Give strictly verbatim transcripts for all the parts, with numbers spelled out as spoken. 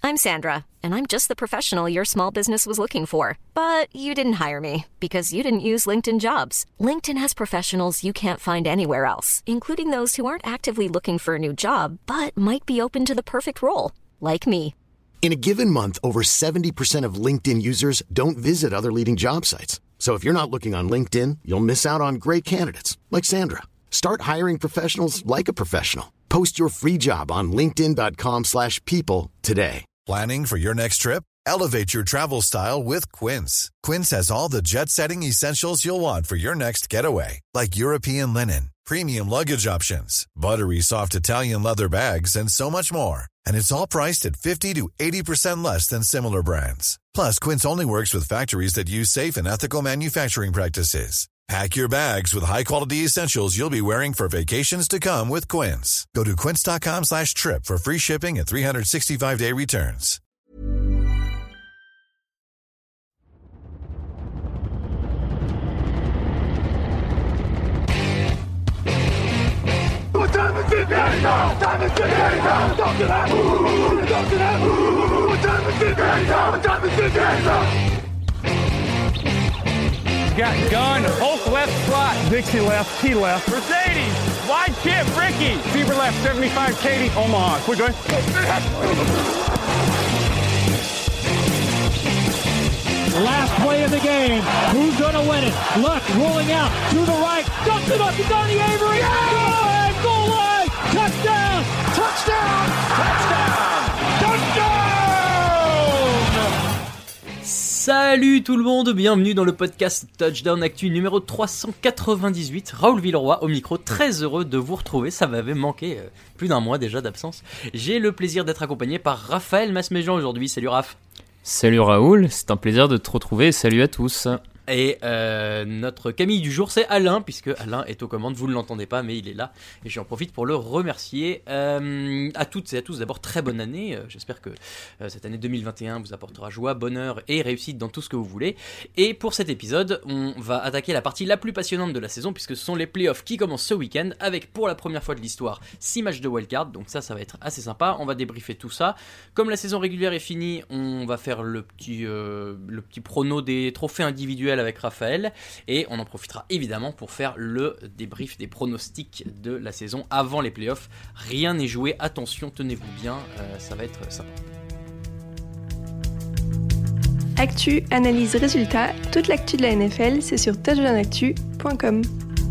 I'm Sandra, and I'm just the professional your small business was looking for. But you didn't hire me because you didn't use LinkedIn Jobs. LinkedIn has professionals you can't find anywhere else, including those who aren't actively looking for a new job, but might be open to the perfect role, like me. In a given month, over seventy percent of LinkedIn users don't visit other leading job sites. So if you're not looking on LinkedIn, you'll miss out on great candidates like Sandra. Start hiring professionals like a professional. Post your free job on linkedin dot com slash people today. Planning for your next trip? Elevate your travel style with Quince. Quince has all the jet-setting essentials you'll want for your next getaway, like European linen, premium luggage options, buttery soft Italian leather bags, and so much more. And it's all priced at fifty to eighty percent less than similar brands. Plus, Quince only works with factories that use safe and ethical manufacturing practices. Pack your bags with high-quality essentials you'll be wearing for vacations to come with Quince. Go to quince.com slash trip for free shipping and three sixty-five day returns. What time is it now? Time is it now? Talk to that. Talk to that. What time is it now? What time is it now? Got gun, Hulk left slot. Dixie left, T left. Mercedes, wide chip, Ricky. Fever left, seventy-five, Katie, Omaha. Quick, going. Last play of the game. Who's going to win it? Luck rolling out to the right. Dumps it up to Donnie Avery. Yeah! Goal line, goal line. Touchdown. Touchdown. Touchdown. Touchdown. Salut tout le monde, bienvenue dans le podcast Touchdown Actu numéro trois cent quatre-vingt-dix-huit. Raoul Villeroy au micro, très heureux de vous retrouver, ça m'avait manqué euh, plus d'un mois déjà d'absence. J'ai le plaisir d'être accompagné par Raphaël Masméjean aujourd'hui, salut Raph. Salut Raoul, c'est un plaisir de te retrouver, salut à tous. Et euh, notre Camille du jour, c'est Alain, puisque Alain est aux commandes, vous ne l'entendez pas, mais il est là, et j'en profite pour le remercier. Euh, à toutes et à tous, d'abord, très bonne année, euh, j'espère que euh, cette année deux mille vingt et un vous apportera joie, bonheur et réussite dans tout ce que vous voulez. Et pour cet épisode, on va attaquer la partie la plus passionnante de la saison, puisque ce sont les playoffs qui commencent ce week-end, avec pour la première fois de l'histoire, six matchs de wildcard, donc ça, ça va être assez sympa, on va débriefer tout ça. Comme la saison régulière est finie, on va faire le petit, euh, le petit prono des trophées individuels avec Raphaël et on en profitera évidemment pour faire le débrief des pronostics de la saison avant les playoffs. Rien n'est joué, attention, tenez-vous bien, euh, ça va être sympa. Actu, analyse, résultat, toute l'actu de la N F L, c'est sur touchdown actu point com.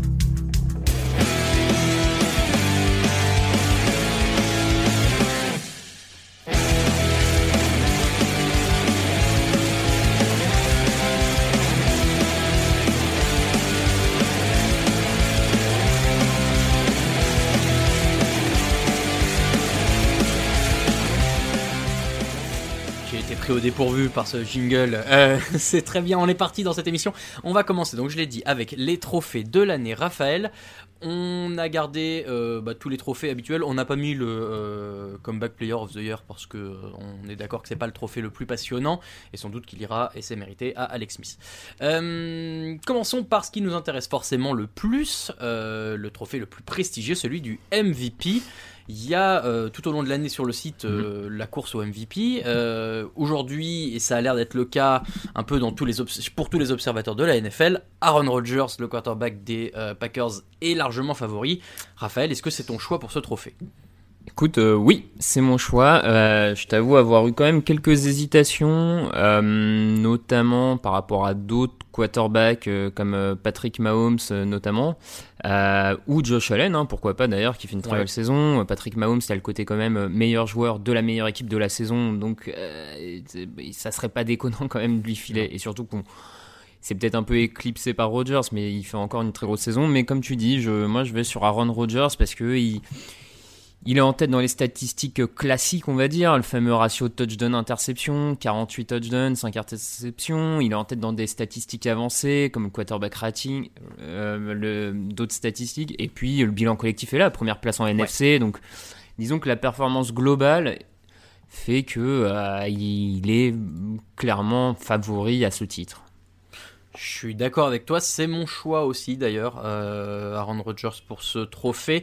Au dépourvu par ce jingle, euh, c'est très bien, on est parti dans cette émission. On va commencer, donc je l'ai dit, avec les trophées de l'année. Raphaël, on a gardé euh, bah, tous les trophées habituels, on n'a pas mis le euh, Comeback Player of the Year parce que euh, on est d'accord que c'est pas le trophée le plus passionnant et sans doute qu'il ira, et c'est mérité, à Alex Smith. Euh, commençons par ce qui nous intéresse forcément le plus, euh, le trophée le plus prestigieux, celui du M V P. Il y a euh, tout au long de l'année sur le site euh, la course au M V P. Euh, aujourd'hui, et ça a l'air d'être le cas un peu dans tous les obs- pour tous les observateurs de la N F L, Aaron Rodgers, le quarterback des euh, Packers, est largement favori. Raphaël, est-ce que c'est ton choix pour ce trophée ? Écoute, euh, oui, c'est mon choix. Euh, je t'avoue avoir eu quand même quelques hésitations, euh, notamment par rapport à d'autres quarterbacks euh, comme euh, Patrick Mahomes euh, notamment, euh, ou Josh Allen, hein, pourquoi pas d'ailleurs, qui fait une très ouais. belle saison. Patrick Mahomes, il a le côté quand même meilleur joueur de la meilleure équipe de la saison, donc euh, ça serait pas déconnant quand même de lui filer, et surtout qu'on... C'est peut-être un peu éclipsé par Rodgers, mais il fait encore une très grosse saison. Mais comme tu dis, je, moi je vais sur Aaron Rodgers parce que il... Il est en tête dans les statistiques classiques, on va dire, le fameux ratio touchdown-interception, quarante-huit touchdowns, cinq interceptions. Il est en tête dans des statistiques avancées, comme le quarterback rating, euh, le, d'autres statistiques. Et puis, le bilan collectif est là, première place en N F C. Ouais. Donc, disons que la performance globale fait qu'il euh, est clairement favori à ce titre. Je suis d'accord avec toi, c'est mon choix aussi d'ailleurs, euh, Aaron Rodgers pour ce trophée.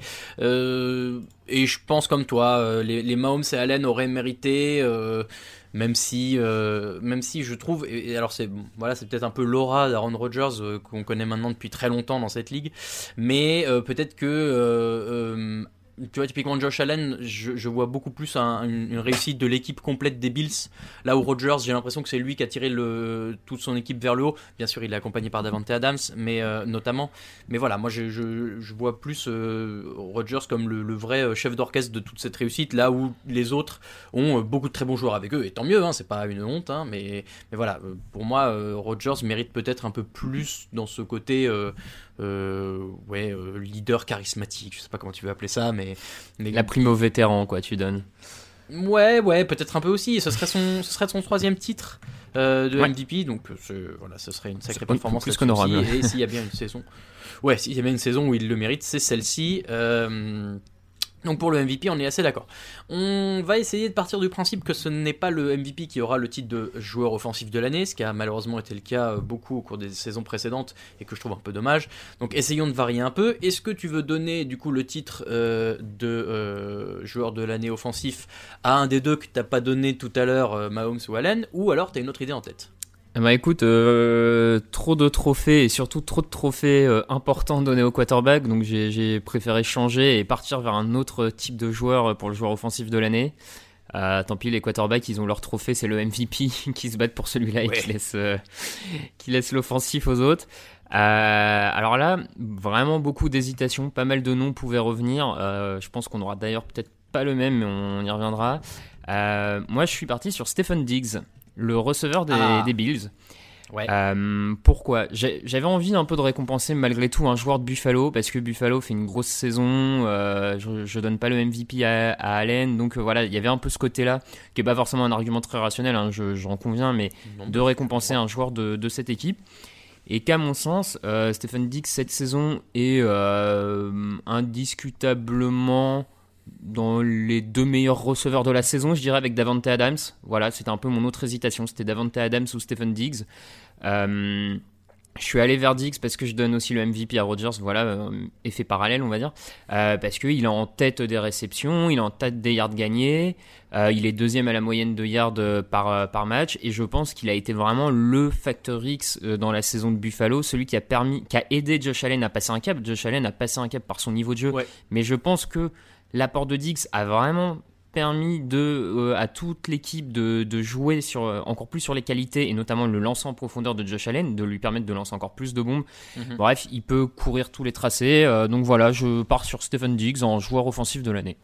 Euh, et je pense comme toi, euh, les, les Mahomes et Allen auraient mérité, euh, même si, euh, même si je trouve, et, et alors c'est, voilà, c'est peut-être un peu l'aura d'Aaron Rodgers euh, qu'on connaît maintenant depuis très longtemps dans cette ligue, mais euh, peut-être que euh, euh, tu vois, typiquement Josh Allen, je, je vois beaucoup plus un, une, une réussite de l'équipe complète des Bills, là où Rodgers, j'ai l'impression que c'est lui qui a tiré le, toute son équipe vers le haut. Bien sûr, il est accompagné par Davante Adams, mais euh, notamment. Mais voilà, moi je, je, je vois plus euh, Rodgers comme le, le vrai chef d'orchestre de toute cette réussite, là où les autres ont beaucoup de très bons joueurs avec eux, et tant mieux, hein, c'est pas une honte, hein, mais, mais voilà, pour moi, euh, Rodgers mérite peut-être un peu plus dans ce côté. Euh, Euh, ouais, euh, leader charismatique, je sais pas comment tu veux appeler ça, mais, mais... La prime au vétéran, quoi, tu donnes. Ouais, ouais, peut-être un peu aussi. Ce serait son, ce serait son troisième titre euh, de ouais. M V P, donc voilà, ce serait une sacrée performance. Plus qu'honorable. Et s'il y a bien une saison, ouais, s'il y a bien une saison où il le mérite, c'est celle-ci. Euh... Donc pour le M V P, on est assez d'accord. On va essayer de partir du principe que ce n'est pas le M V P qui aura le titre de joueur offensif de l'année, ce qui a malheureusement été le cas beaucoup au cours des saisons précédentes et que je trouve un peu dommage. Donc essayons de varier un peu. Est-ce que tu veux donner du coup le titre euh, de euh, joueur de l'année offensif à un des deux que tu n'as pas donné tout à l'heure, euh, Mahomes ou Allen, ou alors tu as une autre idée en tête? Bah écoute, euh, trop de trophées et surtout trop de trophées euh, importants donnés au quarterback, donc j'ai, j'ai préféré changer et partir vers un autre type de joueur pour le joueur offensif de l'année. Euh, tant pis, les quarterbacks, ils ont leur trophée, c'est le M V P qui se battent pour celui-là et ouais. qui laisse, euh, qui laisse l'offensif aux autres. Euh, alors là, vraiment beaucoup d'hésitations, pas mal de noms pouvaient revenir. Euh, je pense qu'on aura d'ailleurs peut-être pas le même, mais on y reviendra. Euh, moi, je suis parti sur Stephen Diggs, le receveur des, ah. des Bills. Ouais. Euh, pourquoi ? J'ai, J'avais envie d'un peu de récompenser malgré tout un joueur de Buffalo, parce que Buffalo fait une grosse saison, euh, je, je donne pas le M V P à, à Allen, donc euh, voilà, il y avait un peu ce côté-là, qui est pas forcément un argument très rationnel, hein, je, j'en conviens, mais non, de récompenser un joueur de, de cette équipe. Et qu'à mon sens, euh, Stephen Diggs cette saison est euh, indiscutablement dans les deux meilleurs receveurs de la saison, je dirais, avec Davante Adams. Voilà, c'était un peu mon autre hésitation, c'était Davante Adams ou Stephen Diggs. Euh, je suis allé vers Diggs parce que je donne aussi le M V P à Rodgers, voilà, euh, effet parallèle, on va dire, euh, parce qu'il est en tête des réceptions, il est en tête des yards gagnés, euh, il est deuxième à la moyenne de yards par, par match, et je pense qu'il a été vraiment le facteur X dans la saison de Buffalo, celui qui a permis, qui a aidé Josh Allen à passer un cap. Josh Allen a passé un cap par son niveau de jeu, ouais. Mais je pense que l'apport de Diggs a vraiment permis de, euh, à toute l'équipe de, de jouer sur, euh, encore plus sur les qualités et notamment le lancer en profondeur de Josh Allen, de lui permettre de lancer encore plus de bombes. Mm-hmm. Bref, il peut courir tous les tracés. Euh, donc voilà, je pars sur Stephen Diggs en joueur offensif de l'année.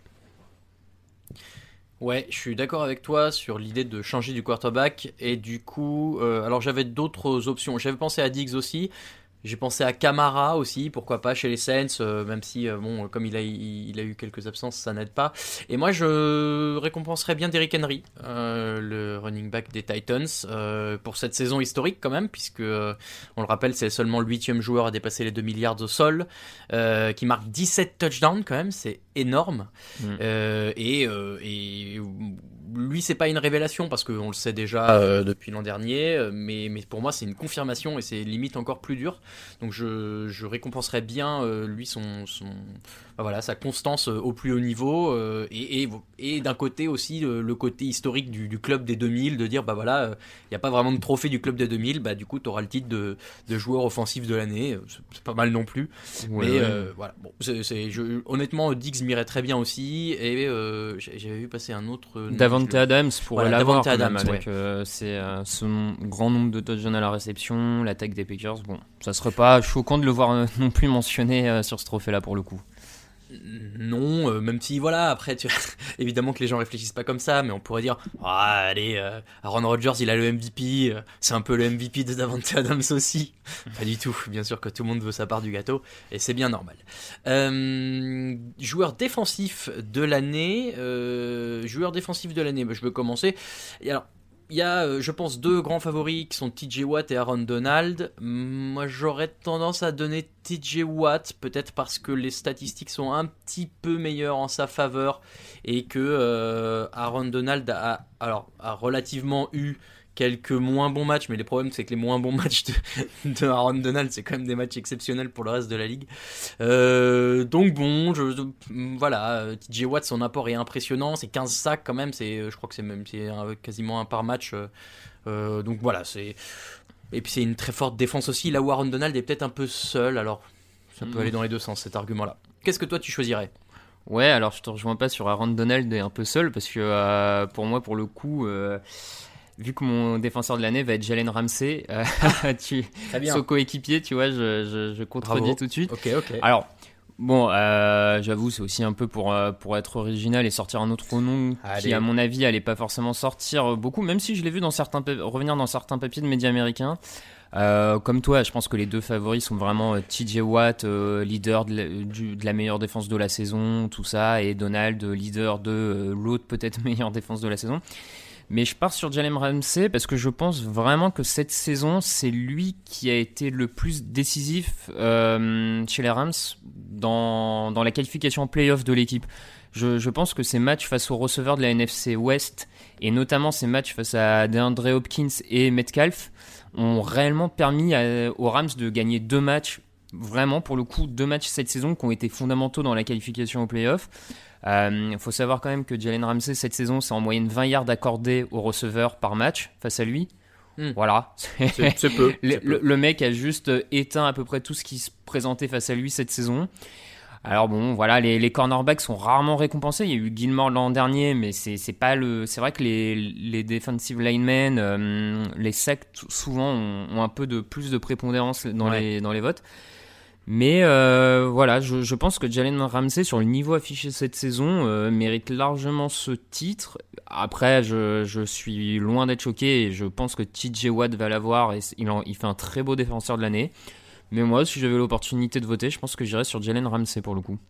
Ouais, je suis d'accord avec toi sur l'idée de changer du quarterback et du coup, euh, alors j'avais d'autres options. J'avais pensé à Diggs aussi. J'ai pensé à Kamara aussi, pourquoi pas chez les Saints, euh, même si euh, bon, comme il a, il, il a eu quelques absences, ça n'aide pas. Et moi, je récompenserais bien Derrick Henry, euh, le running back des Titans, euh, pour cette saison historique quand même, puisque euh, on le rappelle, c'est seulement le huitième joueur à dépasser les deux milliards au sol, euh, qui marque dix-sept touchdowns quand même, c'est énorme. Mmh. Euh, et, euh, et lui, c'est pas une révélation parce qu'on le sait déjà euh, depuis l'an dernier, mais, mais pour moi, c'est une confirmation et c'est limite encore plus dur. Donc je, je récompenserais bien euh, lui son, son bah voilà, sa constance euh, au plus haut niveau euh, et, et, et d'un côté aussi euh, le côté historique du, du club des deux mille, de dire bah voilà, il euh, n'y a pas vraiment de trophée du club des deux mille, bah du coup tu auras le titre de, de joueur offensif de l'année, c'est, c'est pas mal non plus. Ouais, mais ouais. Euh, voilà, bon, c'est, c'est, je, honnêtement Diggs m'irait très bien aussi et euh, j'avais vu passer un autre Davante Adams pourrait voilà, l'avoir Davante Adams, avec ouais. euh, c'est, euh, son grand nombre de touchdowns à la réception, l'attaque des Packers, bon ça serait pas choquant de le voir euh, non plus mentionné euh, sur ce trophée là pour le coup. Non, euh, même si voilà, après tu... évidemment que les gens réfléchissent pas comme ça, mais on pourrait dire ah, allez, euh, Aaron Rodgers il a le M V P, euh, c'est un peu le M V P de Davante Adams aussi. Pas du tout, bien sûr que tout le monde veut sa part du gâteau et c'est bien normal. Euh, joueur défensif de l'année, euh, joueur défensif de l'année, bah, je veux commencer. Et alors, il y a, je pense, deux grands favoris qui sont T J Watt et Aaron Donald. Moi, j'aurais tendance à donner T J Watt, peut-être parce que les statistiques sont un petit peu meilleures en sa faveur et que euh, Aaron Donald a, alors, a relativement eu quelques moins bons matchs, mais les problèmes c'est que les moins bons matchs de, de Aaron Donald, c'est quand même des matchs exceptionnels pour le reste de la ligue. Euh, donc bon, je, je, voilà, T J Watt, son apport est impressionnant, c'est quinze sacs quand même, c'est, je crois que c'est même c'est un, quasiment un par match. Euh, donc voilà, c'est et puis c'est une très forte défense aussi. Là où Aaron Donald est peut-être un peu seul, alors ça peut mmh. aller dans les deux sens cet argument-là. Qu'est-ce que toi tu choisirais ? Ouais, alors je te rejoins pas sur Aaron Donald est un peu seul parce que euh, pour moi, pour le coup, euh, vu que mon défenseur de l'année va être Jalen Ramsey, euh, tu, son coéquipier, tu vois, je, je, je contredis Bravo. tout de suite. Ok, ok. Alors, bon, euh, j'avoue, c'est aussi un peu pour, euh, pour être original et sortir un autre nom Allez. qui, à mon avis, allait pas forcément sortir beaucoup, même si je l'ai vu dans certains pa- revenir dans certains papiers de médias américains. Euh, comme toi, je pense que les deux favoris sont vraiment T J Watt, euh, leader de la, du, de la meilleure défense de la saison, tout ça, et Donald, leader de euh, l'autre peut-être meilleure défense de la saison. Mais je pars sur Jalen Ramsey parce que je pense vraiment que cette saison, c'est lui qui a été le plus décisif euh, chez les Rams dans, dans la qualification en play-off de l'équipe. Je, je pense que ces matchs face aux receveurs de la N F C West, et notamment ces matchs face à DeAndre Hopkins et Metcalf, ont réellement permis à, aux Rams de gagner deux matchs, vraiment pour le coup deux matchs cette saison qui ont été fondamentaux dans la qualification au play-off. Il euh, faut savoir quand même que Jalen Ramsey cette saison c'est en moyenne vingt yards accordés aux receveurs par match face à lui. Mmh. Voilà, c'est, c'est peu. le, c'est peu. Le, le mec a juste éteint à peu près tout ce qui se présentait face à lui cette saison. Alors bon, voilà, les, les cornerbacks sont rarement récompensés. Il y a eu Gilmore l'an dernier, mais c'est, c'est pas le. C'est vrai que les, les defensive linemen, euh, les sacs souvent ont, ont un peu de plus de prépondérance dans ouais. les dans les votes. Mais euh, voilà, je, je pense que Jalen Ramsey sur le niveau affiché cette saison euh, mérite largement ce titre. Après, je, je suis loin d'être choqué et je pense que T J Watt va l'avoir et il, en, il fait un très beau défenseur de l'année. Mais moi, si j'avais l'opportunité de voter, je pense que j'irais sur Jalen Ramsey pour le coup.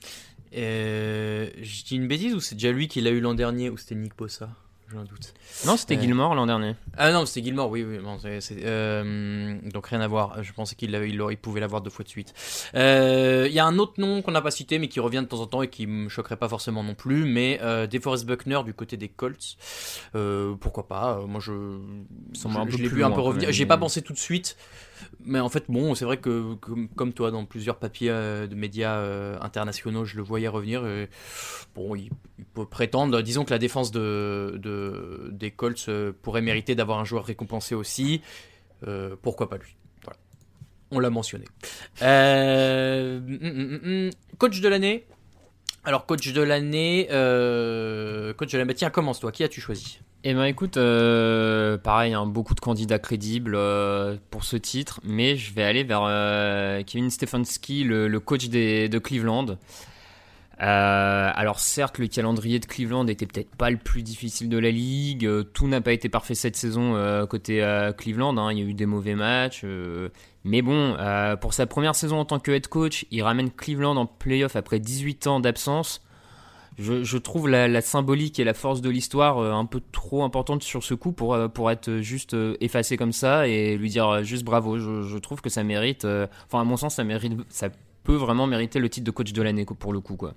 Euh, je dis une bêtise ou c'est déjà lui qui l'a eu l'an dernier ou c'était Nick Bosa ? J'ai un doute. Non, c'était euh... Gilmore l'an dernier. Ah non, c'était Gilmore, oui, oui. Bon, c'est, c'est, euh, donc rien à voir. Je pensais qu'il, l'avait, il, il pouvait l'avoir deux fois de suite. Il euh, y a un autre nom qu'on n'a pas cité, mais qui revient de temps en temps et qui me choquerait pas forcément non plus. Mais euh, DeForest Buckner du côté des Colts, euh, pourquoi pas. Moi, je, je, je l'ai vu un peu revenir. J'ai pas pensé tout de suite. Mais en fait, bon, c'est vrai que comme, comme toi, dans plusieurs papiers euh, de médias euh, internationaux, je le voyais revenir. Et, bon, il, il peut prétendre. Disons que la défense de, de, des Colts euh, pourrait mériter d'avoir un joueur récompensé aussi. Euh, pourquoi pas lui ? Voilà. On l'a mentionné. Euh, mm, mm, mm, coach de l'année. Alors, coach de l'année, euh, coach de l'année. Bah, tiens, commence toi. Qui as-tu choisi ? Eh ben écoute, euh, pareil, hein, beaucoup de candidats crédibles euh, pour ce titre, mais je vais aller vers euh, Kevin Stefanski, le, le coach des, de Cleveland. Euh, alors certes, le calendrier de Cleveland était peut-être pas le plus difficile de la ligue, euh, tout n'a pas été parfait cette saison euh, côté euh, Cleveland, hein, il y a eu des mauvais matchs, euh, mais bon, euh, pour sa première saison en tant que head coach, il ramène Cleveland en play-off après dix-huit ans d'absence. Je, je trouve la, la symbolique et la force de l'histoire euh, un peu trop importante sur ce coup pour, euh, pour être juste euh, effacé comme ça et lui dire euh, juste bravo. Je, je trouve que ça mérite, euh, enfin à mon sens, ça mérite, ça peut vraiment mériter le titre de coach de l'année pour le coup, quoi.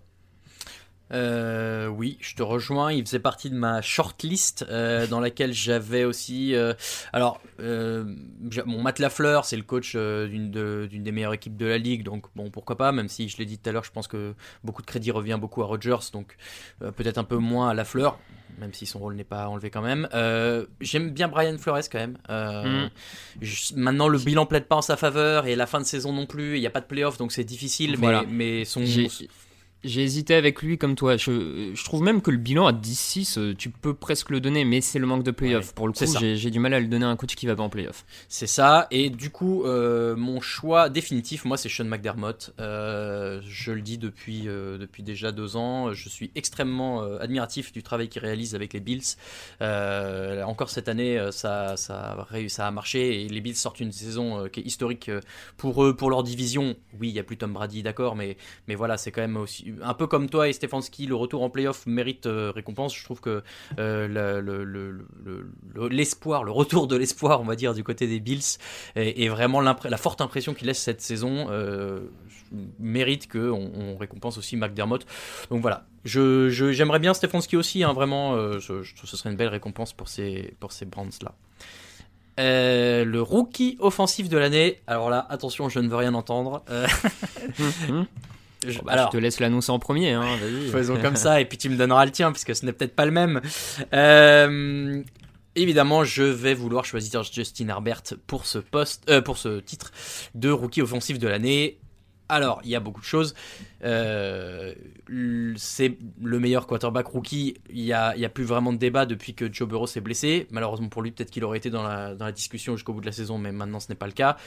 Euh, oui, je te rejoins. Il faisait partie de ma shortlist euh, dans laquelle j'avais aussi. Euh, alors, euh, mon Matt LaFleur, c'est le coach euh, d'une, de, d'une des meilleures équipes de la ligue, donc bon, pourquoi pas. Même si je l'ai dit tout à l'heure, je pense que beaucoup de crédit revient beaucoup à Rodgers, donc euh, peut-être un peu moins à LaFleur, même si son rôle n'est pas enlevé quand même. Euh, j'aime bien Brian Flores quand même. Euh, mm. je, maintenant, le bilan plaide pas en sa faveur et la fin de saison non plus. Il n'y a pas de playoff, donc c'est difficile. Voilà. Mais, mais son J'ai... J'ai hésité avec lui comme toi. Je, je trouve même que le bilan à dix six, tu peux presque le donner, mais c'est le manque de play-off. Ouais, pour le coup, j'ai, j'ai du mal à le donner à un coach qui va pas en play-off. C'est ça. Et du coup, euh, mon choix définitif, moi, c'est Sean McDermott. Euh, je le dis depuis, euh, depuis déjà deux ans. Je suis extrêmement euh, admiratif du travail qu'il réalise avec les Bills. Euh, encore cette année, ça, ça, ça a marché et les Bills sortent une saison euh, qui est historique pour eux, pour leur division. Oui, il n'y a plus Tom Brady, d'accord, mais, mais voilà, c'est quand même aussi... Un peu comme toi et Stefanski, le retour en play-off mérite euh, récompense. Je trouve que euh, le, le, le, le, l'espoir, le retour de l'espoir, on va dire, du côté des Bills est, est vraiment la forte impression qu'il laisse cette saison euh, mérite qu'on on récompense aussi McDermott. Donc voilà, je, je, j'aimerais bien Stefanski aussi, hein, vraiment. Euh, je, je trouve que ce serait une belle récompense pour ces, pour ces Browns-là. Euh, le rookie offensif de l'année. Alors là, attention, je ne veux rien entendre. Euh... je, bah, alors, je te laisse l'annoncer en premier. Hein, vas-y. Faisons comme ça, et puis tu me donneras le tien, puisque ce n'est peut-être pas le même. Euh... Évidemment, je vais vouloir choisir Justin Herbert pour ce poste, euh, pour ce titre de rookie offensif de l'année. Alors, il y a beaucoup de choses. Euh, c'est le meilleur quarterback rookie. Il n'y a, a plus vraiment de débat depuis que Joe Burrow s'est blessé. Malheureusement pour lui, peut-être qu'il aurait été dans la, dans la discussion jusqu'au bout de la saison, mais maintenant ce n'est pas le cas.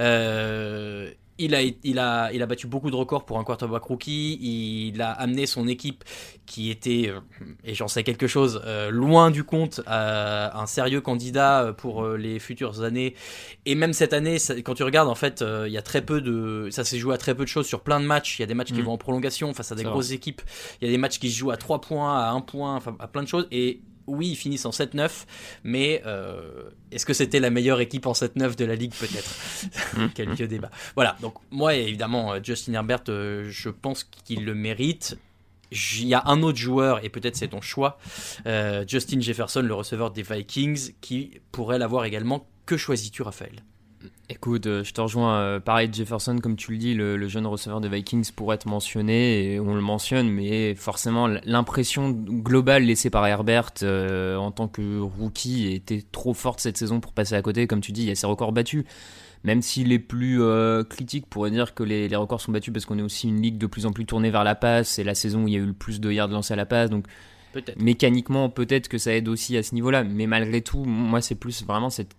Euh, il, a, il, a, il a battu beaucoup de records pour un quarterback rookie. Il a amené son équipe qui était, et j'en sais quelque chose, euh, loin du compte, à un sérieux candidat pour les futures années. Et même cette année, ça, quand tu regardes, en fait, euh, il y a très peu de, ça s'est joué à très peu de choses sur plein de matchs. Il y a des matchs mmh. qui vont en prolongation face à des C'est grosses vrai. équipes. Il y a des matchs qui se jouent à trois points, à un point, enfin à plein de choses. Et oui, ils finissent en sept neuf, mais euh, est-ce que c'était la meilleure équipe en sept neuf de la ligue? Peut-être. Quel vieux débat. Voilà, donc moi, évidemment, Justin Herbert, euh, je pense qu'il le mérite. Il y a un autre joueur, et peut-être c'est ton choix, euh, Justin Jefferson, le receveur des Vikings, qui pourrait l'avoir également. Que choisis-tu, Raphaël? Écoute, euh, je te rejoins. Euh, pareil, Jefferson, comme tu le dis, le, le jeune receveur des Vikings pourrait être mentionné, et on le mentionne, mais forcément, l'impression globale laissée par Herbert euh, en tant que rookie était trop forte cette saison pour passer à côté. Comme tu dis, il y a ses records battus. Même si les plus euh, critiques pourraient dire que les, les records sont battus parce qu'on est aussi une ligue de plus en plus tournée vers la passe, c'est la saison où il y a eu le plus de yards lancés à la passe, donc peut-être. Mécaniquement, peut-être que ça aide aussi à ce niveau-là, mais malgré tout, moi, c'est plus vraiment cette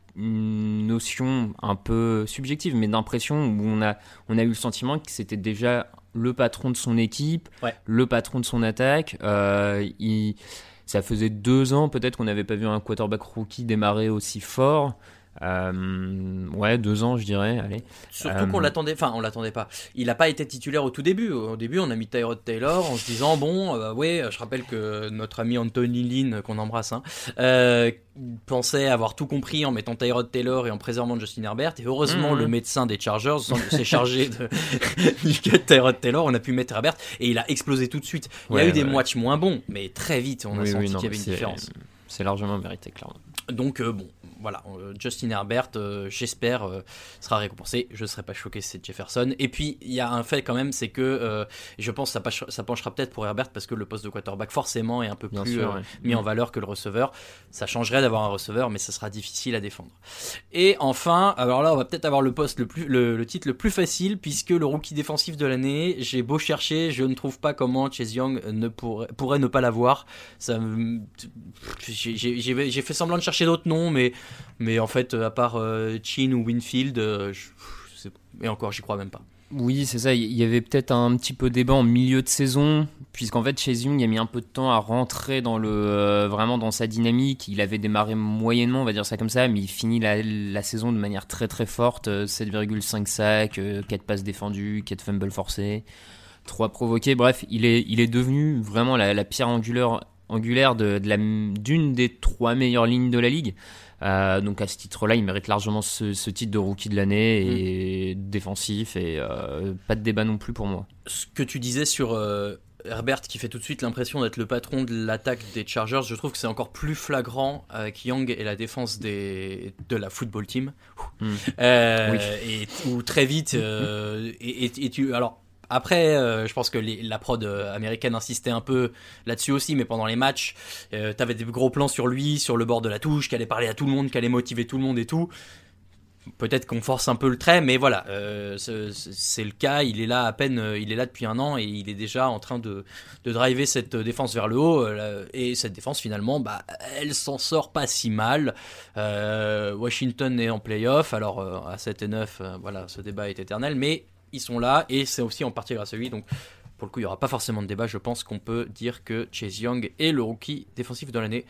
notion un peu subjective, mais d'impression où on a, on a eu le sentiment que c'était déjà le patron de son équipe, ouais. le patron de son attaque. Euh, il, ça faisait deux ans peut-être qu'on n'avait pas vu un quarterback rookie démarrer aussi fort. Euh, ouais, deux ans, je dirais. Allez. Surtout euh... qu'on l'attendait, enfin, on l'attendait pas. Il n'a pas été titulaire au tout début. Au début, on a mis Tyrod Taylor en se disant bon, euh, ouais, je rappelle que notre ami Anthony Lynn, qu'on embrasse, hein, euh, pensait avoir tout compris en mettant Tyrod Taylor et en préservant Justin Herbert. Et heureusement, mmh. le médecin des Chargers s'est chargé de du cas de Tyrod Taylor. On a pu mettre Herbert et il a explosé tout de suite. Il ouais, y a eu ouais, des ouais. matchs moins bons, mais très vite, on a oui, senti oui, non, qu'il y avait une différence. C'est largement mérité, clairement. Donc euh, bon, voilà, euh, Justin Herbert, euh, j'espère, euh, sera récompensé. Je ne serais pas choqué si c'est Jefferson. Et puis, il y a un fait quand même, c'est que euh, je pense que ça, penchera, ça penchera peut-être pour Herbert parce que le poste de quarterback, forcément, est un peu Bien plus sûr, euh, ouais. mis mmh. en valeur que le receveur. Ça changerait d'avoir un receveur, mais ça sera difficile à défendre. Et enfin, alors là, on va peut-être avoir le poste le, plus, le, le titre le plus facile, puisque le rookie défensif de l'année, j'ai beau chercher, je ne trouve pas comment Chase Young ne pourrait, pourrait ne pas l'avoir. Ça, j'ai, j'ai, j'ai, j'ai fait semblant de chercher d'autres noms, mais, mais en fait, à part euh, Chin ou Winfield, euh, je, je sais, et encore, j'y crois même pas. Oui, c'est ça. Il y avait peut-être un petit peu débat en milieu de saison, puisqu'en fait, Chase Young a mis un peu de temps à rentrer dans le, euh, vraiment dans sa dynamique. Il avait démarré moyennement, on va dire ça comme ça, mais il finit la, la saison de manière très très forte. sept virgule cinq sacs, quatre passes défendues, quatre fumbles forcés, trois provoqués. Bref, il est, il est devenu vraiment la, la pierre angulaire angulaire de, de la, d'une des trois meilleures lignes de la ligue. Euh, donc à ce titre-là, il mérite largement ce, ce titre de rookie de l'année et mmh. défensif et euh, pas de débat non plus pour moi. Ce que tu disais sur euh, Herbert qui fait tout de suite l'impression d'être le patron de l'attaque des Chargers, je trouve que c'est encore plus flagrant avec Young et la défense des, de la football team. Mmh. Euh, oui. Et où très vite, euh, et, et, et tu alors. Après, euh, je pense que les, la prod euh, américaine insistait un peu là-dessus aussi, mais pendant les matchs, euh, t'avais des gros plans sur lui, sur le bord de la touche, qui allait parler à tout le monde, qui allait motiver tout le monde et tout. Peut-être qu'on force un peu le trait, mais voilà, euh, c'est, c'est le cas. Il est là à peine, il est là depuis un an et il est déjà en train de, de driver cette défense vers le haut. Euh, et cette défense, finalement, bah, elle s'en sort pas si mal. Euh, Washington est en play-off, alors euh, à sept et neuf, euh, voilà, ce débat est éternel, mais ils sont là et c'est aussi en partie grâce à lui. Donc pour le coup, il n'y aura pas forcément de débat. Je pense qu'on peut dire que Chase Young est le rookie défensif de l'année.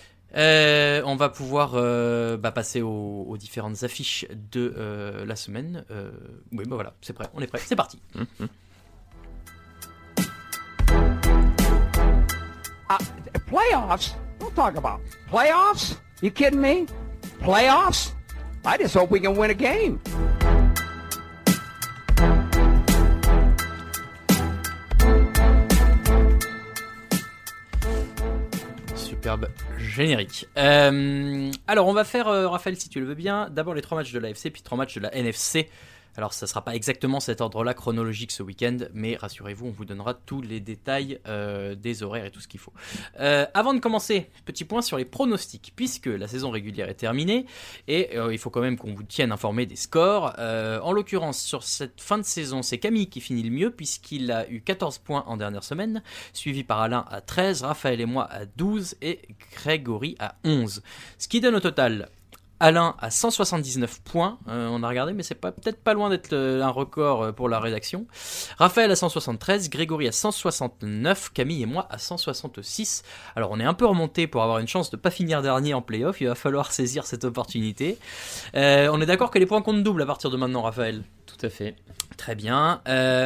Euh, on va pouvoir euh, bah, passer aux, aux différentes affiches de euh, la semaine. Euh, oui, bah voilà, c'est prêt, on est prêt, c'est parti. Mm-hmm. Uh, playoffs? Don't talk about playoffs. You kidding me? Playoffs? I just hope we can win a game. superbe générique. Euh, alors, on va faire, euh, Raphaël, si tu le veux bien, d'abord les trois matchs de l'A F C, puis trois matchs de la N F C. Alors, ça ne sera pas exactement cet ordre-là chronologique ce week-end, mais rassurez-vous, on vous donnera tous les détails euh, des horaires et tout ce qu'il faut. Euh, avant de commencer, petit point sur les pronostics, puisque la saison régulière est terminée, et euh, il faut quand même qu'on vous tienne informé des scores. Euh, en l'occurrence, sur cette fin de saison, c'est Camille qui finit le mieux, puisqu'il a eu quatorze points en dernière semaine, suivi par Alain à treize, Raphaël et moi à douze, et Grégory à onze. Ce qui donne au total... Alain à cent soixante-dix-neuf points, euh, on a regardé, mais c'est pas, peut-être pas loin d'être euh, un record pour la rédaction. Raphaël à cent soixante-treize, Grégory à cent soixante-neuf, Camille et moi à cent soixante-six. Alors on est un peu remonté pour avoir une chance de pas finir dernier en play-off, il va falloir saisir cette opportunité. Euh, on est d'accord que les points comptent double à partir de maintenant, Raphaël ? Tout à fait. Très bien.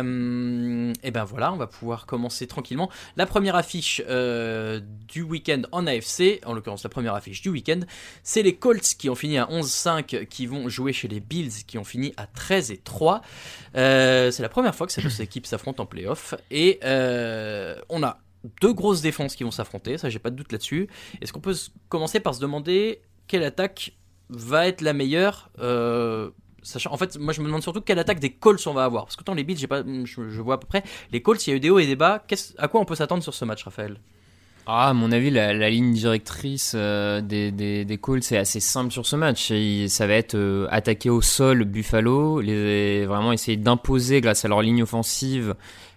Euh, et ben voilà, on va pouvoir commencer tranquillement. La première affiche euh, du week-end en A F C, en l'occurrence la première affiche du week-end, c'est les Colts qui ont fini à onze cinq, qui vont jouer chez les Bills qui ont fini à treize et trois. Euh, c'est la première fois que ces deux équipes s'affrontent en play-off. Et euh, on a deux grosses défenses qui vont s'affronter, ça j'ai pas de doute là-dessus. Est-ce qu'on peut commencer par se demander quelle attaque va être la meilleure euh, Sachant, en fait, moi je me demande surtout quelle attaque des Colts on va avoir. Parce que tant les Bills, j'ai pas, je, je vois à peu près. Les Colts, il y a eu des hauts et des bas. Qu'est-ce, à quoi on peut s'attendre sur ce match, Raphaël ? Ah, à mon avis, la, la ligne directrice euh, des, des, des Colts est assez simple sur ce match. Et ça va être euh, attaquer au sol Buffalo, les, vraiment essayer d'imposer grâce à leur ligne offensive,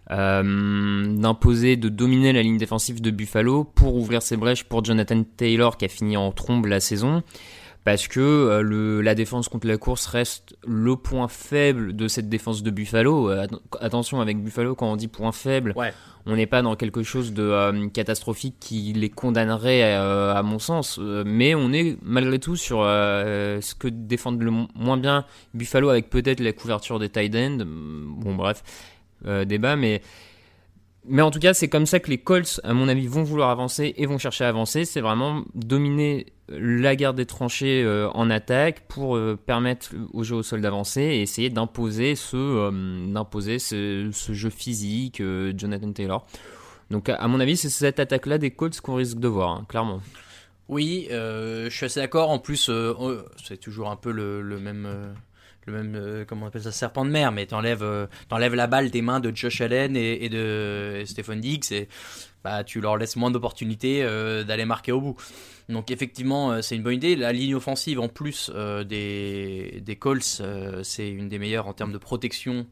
euh, d'imposer, de dominer la ligne défensive de Buffalo pour ouvrir ses brèches pour Jonathan Taylor qui a fini en trombe la saison. Parce que euh, le, la défense contre la course reste le point faible de cette défense de Buffalo. Euh, attention, avec Buffalo, quand on dit point faible, ouais. On n'est pas dans quelque chose de euh, catastrophique qui les condamnerait euh, à mon sens. Euh, mais on est malgré tout sur euh, ce que défendent le moins bien Buffalo avec peut-être la couverture des tight ends. Bon bref, euh, débat, mais... Mais en tout cas, c'est comme ça que les Colts, à mon avis, vont vouloir avancer et vont chercher à avancer. C'est vraiment dominer la guerre des tranchées euh, en attaque pour euh, permettre au jeu au sol d'avancer et essayer d'imposer ce, euh, d'imposer ce, ce jeu physique, euh, Jonathan Taylor. Donc, à mon avis, c'est cette attaque-là des Colts qu'on risque de voir, hein, clairement. Oui, euh, je suis assez d'accord. En plus, euh, c'est toujours un peu le, le même... Euh... le même, euh, comment on appelle ça, serpent de mer, mais t'enlèves, euh, t'enlèves la balle des mains de Josh Allen et, et de Stephon Diggs et bah, tu leur laisses moins d'opportunités euh, d'aller marquer au bout. Donc effectivement, euh, c'est une bonne idée. La ligne offensive en plus euh, des, des Colts, euh, c'est une des meilleures en termes de protection.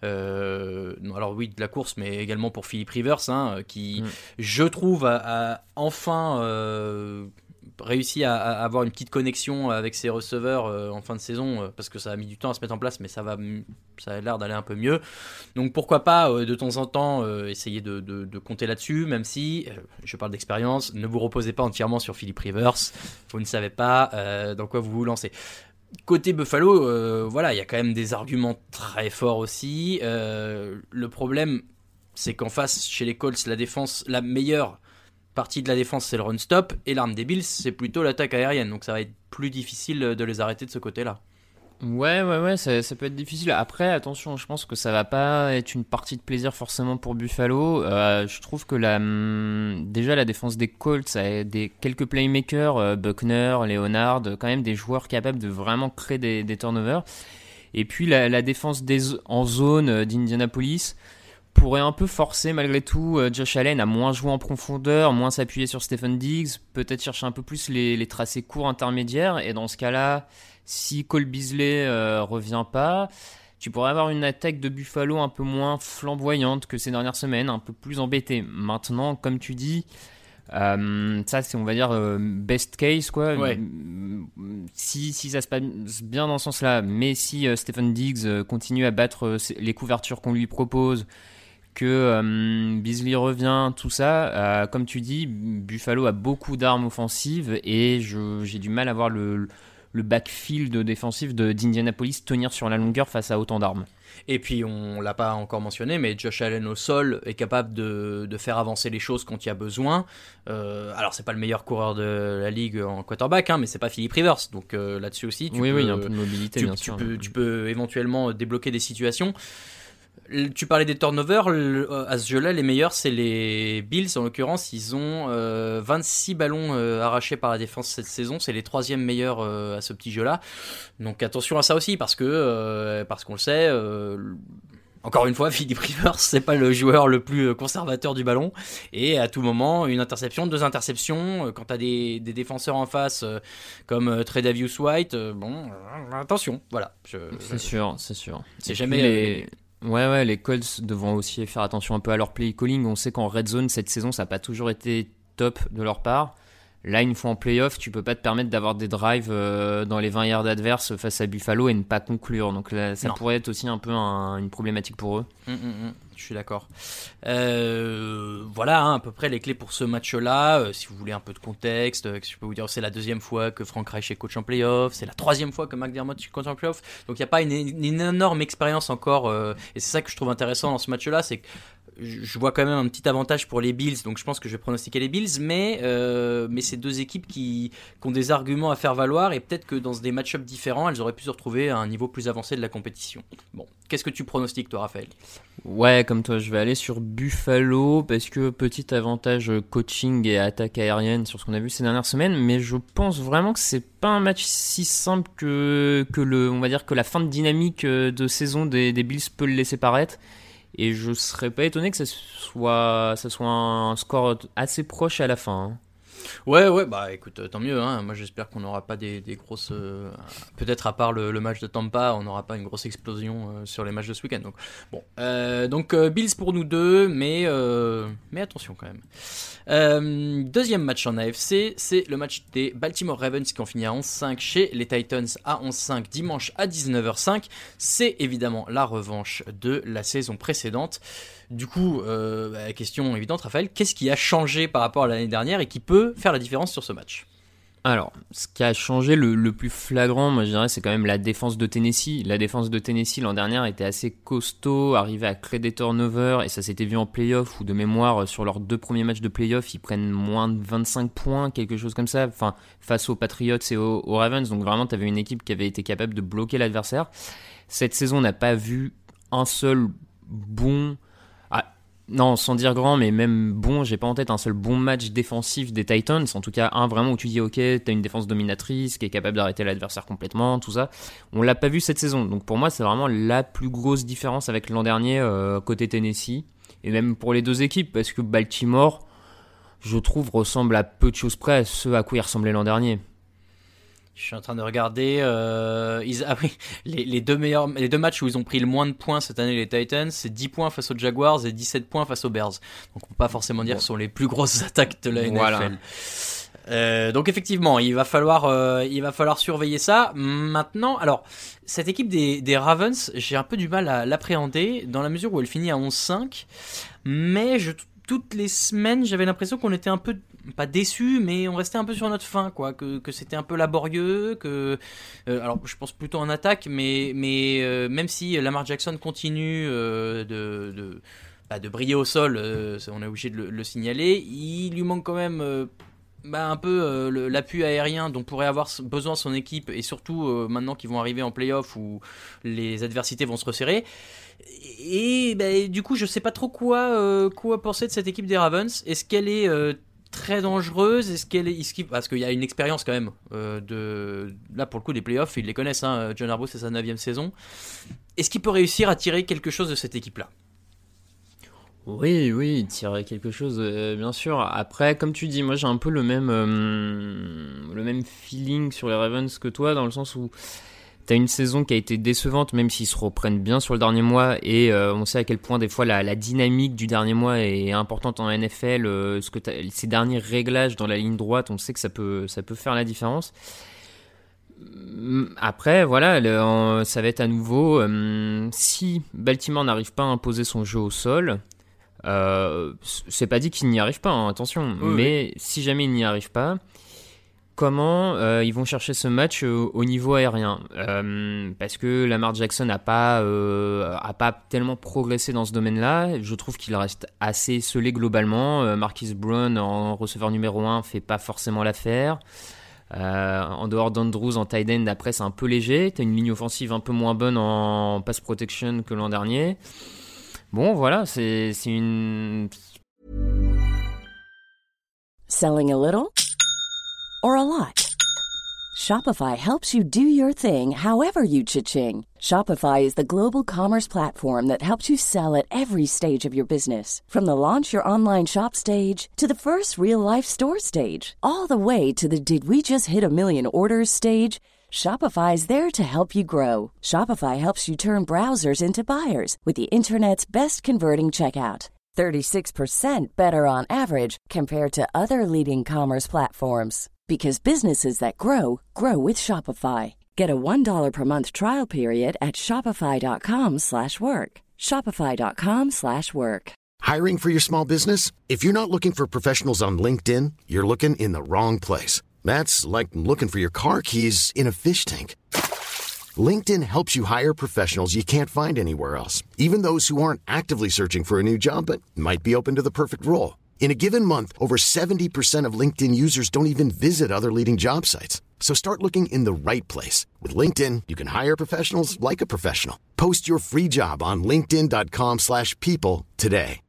Euh, alors oui, de la course, mais également pour Philip Rivers, hein, qui, mmh. je trouve, a, a enfin... Euh, réussi à, à avoir une petite connexion avec ses receveurs euh, en fin de saison euh, parce que ça a mis du temps à se mettre en place, mais ça va, ça a l'air d'aller un peu mieux. Donc pourquoi pas euh, de temps en temps euh, essayer de, de, de compter là-dessus, même si euh, je parle d'expérience. Ne vous reposez pas entièrement sur Philip Rivers, vous ne savez pas euh, dans quoi vous vous lancez. Côté Buffalo, euh, voilà, il y a quand même des arguments très forts aussi. Euh, le problème, c'est qu'en face, chez les Colts, la défense, la meilleure partie de la défense, c'est le run-stop, et l'arme des Bills, c'est plutôt l'attaque aérienne. Donc ça va être plus difficile de les arrêter de ce côté-là. Ouais, ouais, ouais, ça, ça peut être difficile. Après, attention, je pense que ça va pas être une partie de plaisir forcément pour Buffalo. Euh, je trouve que la, hum, déjà la défense des Colts a des quelques playmakers, euh, Buckner, Leonard, quand même des joueurs capables de vraiment créer des, des turnovers. Et puis la, la défense des, en zone d'Indianapolis pourrait un peu forcer malgré tout euh, Josh Allen à moins jouer en profondeur, moins s'appuyer sur Stephon Diggs, peut-être chercher un peu plus les, les tracés courts intermédiaires. Et dans ce cas-là, si Cole Beasley euh, revient pas, tu pourrais avoir une attaque de Buffalo un peu moins flamboyante que ces dernières semaines, un peu plus embêtée. Maintenant, comme tu dis, euh, ça c'est on va dire euh, best case quoi. Ouais. Si, si ça se passe bien dans ce sens-là, mais si euh, Stephon Diggs euh, continue à battre euh, les couvertures qu'on lui propose, que euh, Beasley revient, tout ça, euh, comme tu dis, Buffalo a beaucoup d'armes offensives et je, j'ai du mal à voir le, le backfield défensif de, d'Indianapolis tenir sur la longueur face à autant d'armes. Et puis on l'a pas encore mentionné, mais Josh Allen au sol est capable de, de faire avancer les choses quand il y a besoin. Euh, alors c'est pas le meilleur coureur de la ligue en quarterback, hein, mais c'est pas Philip Rivers, donc euh, là-dessus aussi tu oui, peux, oui, il y a un peu de mobilité, tu, bien tu sûr. Peux, tu peux éventuellement débloquer des situations. Tu parlais des turnovers, à ce jeu-là, les meilleurs, c'est les Bills. En l'occurrence, ils ont euh, vingt-six ballons euh, arrachés par la défense cette saison. C'est les troisièmes meilleurs euh, à ce petit jeu-là. Donc attention à ça aussi, parce que euh, parce qu'on le sait. Euh, Encore une fois, Philip Rivers, c'est pas le joueur le plus conservateur du ballon. Et à tout moment, une interception, deux interceptions. Quand t'as des, des défenseurs en face, euh, comme Tre'Davious White, euh, bon, euh, attention, voilà. Je, c'est je, sûr, c'est sûr. C'est jamais... Les... Ouais, ouais, les Colts devront aussi faire attention un peu à leur play calling. On sait qu'en red zone, cette saison, ça n'a pas toujours été top de leur part. Là, une fois en playoff, tu peux pas te permettre d'avoir des drives euh, dans les vingt yards adverses face à Buffalo et ne pas conclure. Donc là, ça non. pourrait être aussi un peu un, une problématique pour eux. Mmh, mmh, je suis d'accord. Euh, voilà hein, à peu près les clés pour ce match-là. Euh, si vous voulez un peu de contexte, euh, je peux vous dire c'est la deuxième fois que Frank Reich est coach en playoff. C'est la troisième fois que McDermott est coach en playoff. Donc il n'y a pas une, une énorme expérience encore. Euh, et c'est ça que je trouve intéressant dans ce match-là. C'est que je vois quand même un petit avantage pour les Bills, donc je pense que je vais pronostiquer les Bills, mais, euh, mais c'est deux équipes qui, qui ont des arguments à faire valoir, et peut-être que dans des match-ups différents, elles auraient pu se retrouver à un niveau plus avancé de la compétition. Bon, qu'est-ce que tu pronostiques toi, Raphaël ? Ouais, comme toi, je vais aller sur Buffalo, parce que petit avantage coaching et attaque aérienne sur ce qu'on a vu ces dernières semaines, mais je pense vraiment que c'est pas un match si simple que, que le, on va dire que la fin de dynamique de saison des, des Bills peut le laisser paraître. Et je serais pas étonné que ça soit, ça soit un score assez proche à la fin. Hein. Ouais, ouais, bah écoute, tant mieux. Hein. Moi, j'espère qu'on n'aura pas des, des grosses. Euh, peut-être à part le, le match de Tampa, on n'aura pas une grosse explosion euh, sur les matchs de ce week-end. Donc, bon, euh, donc euh, Bills pour nous deux, mais euh, mais attention quand même. Euh, deuxième match en A F C, c'est le match des Baltimore Ravens qui ont fini à onze cinq chez les Titans à onze cinq dimanche à dix-neuf heures cinq. C'est évidemment la revanche de la saison précédente. Du coup, euh, bah, question évidente, Raphaël, qu'est-ce qui a changé par rapport à l'année dernière et qui peut faire la différence sur ce match ? Alors, ce qui a changé le, le plus flagrant, moi je dirais, c'est quand même la défense de Tennessee. La défense de Tennessee l'an dernier était assez costaud, arrivait à créer des turnovers, et ça s'était vu en play-off, ou de mémoire, sur leurs deux premiers matchs de play-off, ils prennent moins de vingt-cinq points, quelque chose comme ça, enfin, face aux Patriots et aux, aux Ravens. Donc vraiment, tu avais une équipe qui avait été capable de bloquer l'adversaire. Cette saison, on n'a pas vu un seul bon... Non, sans dire grand, mais même bon, j'ai pas en tête un seul bon match défensif des Titans, en tout cas un vraiment où tu dis ok, t'as une défense dominatrice qui est capable d'arrêter l'adversaire complètement, tout ça. On l'a pas vu cette saison, donc pour moi c'est vraiment la plus grosse différence avec l'an dernier euh, côté Tennessee, et même pour les deux équipes, parce que Baltimore, je trouve, ressemble à peu de choses près à ce à quoi il ressemblait l'an dernier. Je suis en train de regarder. Euh, ils, ah oui, les, les, deux meilleurs, les deux matchs où ils ont pris le moins de points cette année, les Titans, c'est dix points face aux Jaguars et dix-sept points face aux Bears. Donc on peut pas forcément dire que ce sont les plus grosses attaques de la N F L. Voilà. Euh, donc effectivement, il va falloir, euh, il va falloir surveiller ça. Maintenant, alors cette équipe des, des Ravens, j'ai un peu du mal à l'appréhender dans la mesure où elle finit à onze cinq, mais je toutes les semaines, j'avais l'impression qu'on était un peu, pas déçus, mais on restait un peu sur notre faim, quoi, que, que c'était un peu laborieux, que, euh, alors je pense plutôt en attaque, mais, mais euh, même si Lamar Jackson continue euh, de, de, bah, de briller au sol, euh, on est obligé de le, le signaler, il lui manque quand même euh, bah, un peu euh, le, l'appui aérien dont pourrait avoir besoin son équipe, et surtout euh, maintenant qu'ils vont arriver en play-off où les adversités vont se resserrer. Et bah, du coup, je sais pas trop quoi, euh, quoi penser de cette équipe des Ravens. Est-ce qu'elle est euh, très dangereuse ? Est-ce qu'elle est, est-ce qu'il... Parce qu'il y a une expérience quand même euh, de là pour le coup des playoffs, ils les connaissent. Hein. John Harbaugh, c'est sa neuvième saison. Est-ce qu'il peut réussir à tirer quelque chose de cette équipe-là ? Oui, oui, tirer quelque chose, euh, bien sûr. Après, comme tu dis, moi j'ai un peu le même, euh, le même feeling sur les Ravens que toi, dans le sens où t'as une saison qui a été décevante, même s'ils se reprennent bien sur le dernier mois, et euh, on sait à quel point des fois la, la dynamique du dernier mois est importante en N F L. Euh, ce que ces derniers réglages dans la ligne droite, on sait que ça peut, ça peut faire la différence. Après, voilà, le, ça va être à nouveau, euh, si Baltimore n'arrive pas à imposer son jeu au sol, euh, c'est pas dit qu'il n'y arrive pas, hein, attention, oui, mais oui. Si jamais il n'y arrive pas, comment euh, ils vont chercher ce match euh, au niveau aérien, euh, parce que Lamar Jackson n'a pas, euh, a pas tellement progressé dans ce domaine-là. Je trouve qu'il reste assez esselé globalement. euh, Marquise Brown en receveur numéro un fait pas forcément l'affaire. Euh, en dehors d'Andrews en tight end, après c'est un peu léger. T'as une ligne offensive un peu moins bonne en pass protection que l'an dernier. Bon, voilà, c'est, c'est une... Selling a little or a lot? Shopify helps you do your thing however you cha-ching. Shopify is the global commerce platform that helps you sell at every stage of your business. From the launch your online shop stage to the first real-life store stage, all the way to the did we just hit a million orders stage. Shopify is there to help you grow. Shopify helps you turn browsers into buyers with the internet's best converting checkout. thirty-six percent better on average compared to other leading commerce platforms. Because businesses that grow, grow with Shopify. Get a one dollar per month trial period at shopify.com slash work. Shopify.com slash work. Hiring for your small business? If you're not looking for professionals on LinkedIn, you're looking in the wrong place. That's like looking for your car keys in a fish tank. LinkedIn helps you hire professionals you can't find anywhere else, even those who aren't actively searching for a new job but might be open to the perfect role. In a given month, over seventy percent of LinkedIn users don't even visit other leading job sites. So start looking in the right place. With LinkedIn, you can hire professionals like a professional. Post your free job on linkedin.com slash people today.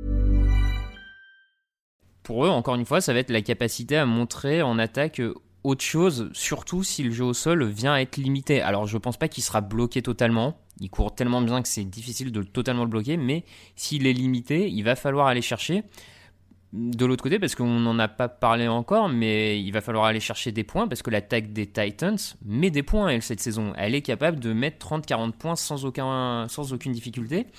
Pour eux, encore une fois, ça va être la capacité à montrer en attaque autre chose, surtout si le jeu au sol vient à être limité. Alors, je pense pas qu'il sera bloqué totalement. Il court tellement bien que c'est difficile de totalement le bloquer, mais s'il est limité, il va falloir aller chercher. De l'autre côté, parce qu'on n'en a pas parlé encore, mais il va falloir aller chercher des points, parce que l'attaque des Titans met des points, elle, cette saison. Elle est capable de mettre trente à quarante points sans, aucun, sans aucune difficulté.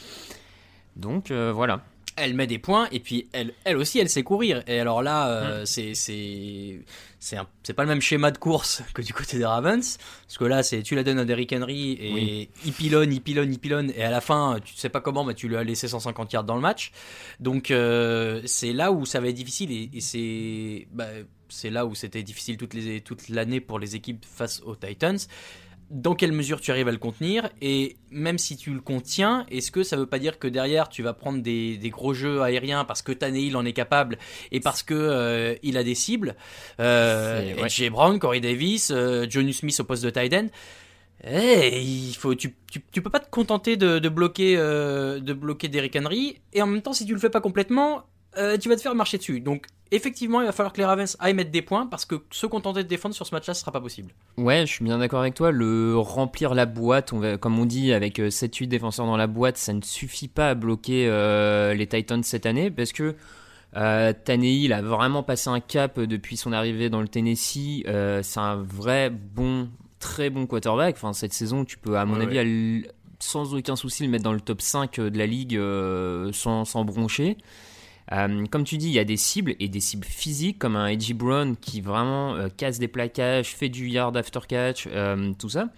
Donc, euh, voilà. Elle met des points, et puis elle, elle aussi, elle sait courir. Et alors là, euh, mmh. c'est, c'est, c'est, un, c'est pas le même schéma de course que du côté des Ravens. Parce que là, c'est, tu la donnes à Derrick Henry, et oui. il pilonne, il pilonne, il pilonne, et à la fin, tu sais pas comment, mais tu lui as laissé cent cinquante yards dans le match. Donc, euh, c'est là où ça va être difficile, et, et c'est, bah, c'est là où c'était difficile toute, les, toute l'année pour les équipes face aux Titans. Dans quelle mesure tu arrives à le contenir, et même si tu le contiens, est-ce que ça veut pas dire que derrière tu vas prendre des, des gros jeux aériens parce que Tannehill en est capable et parce que euh, il a des cibles, euh, ouais. J. Brown, Corey Davis, euh, Jonnu Smith au poste de tight end. Hey, il faut, tu, tu, tu peux pas te contenter de, de bloquer, euh, de bloquer Derrick Henry, et en même temps si tu le fais pas complètement, euh, tu vas te faire marcher dessus. Donc effectivement, il va falloir que les Ravens aillent mettre des points, parce que se contenter de défendre sur ce match-là, ce sera pas possible. Ouais, je suis bien d'accord avec toi. Le remplir la boîte, on va, comme on dit, avec sept huit défenseurs dans la boîte, ça ne suffit pas à bloquer euh, les Titans cette année, parce que euh, Tannehill a vraiment passé un cap depuis son arrivée dans le Tennessee. Euh, c'est un vrai bon, très bon quarterback. Enfin, cette saison, tu peux, à mon ouais, avis, ouais. À, sans aucun souci, le mettre dans le top cinq de la ligue euh, sans, sans broncher. Euh, comme tu dis, il y a des cibles, et des cibles physiques, comme un A J. Brown qui vraiment euh, casse des plaquages, fait du yard after catch, euh, tout ça.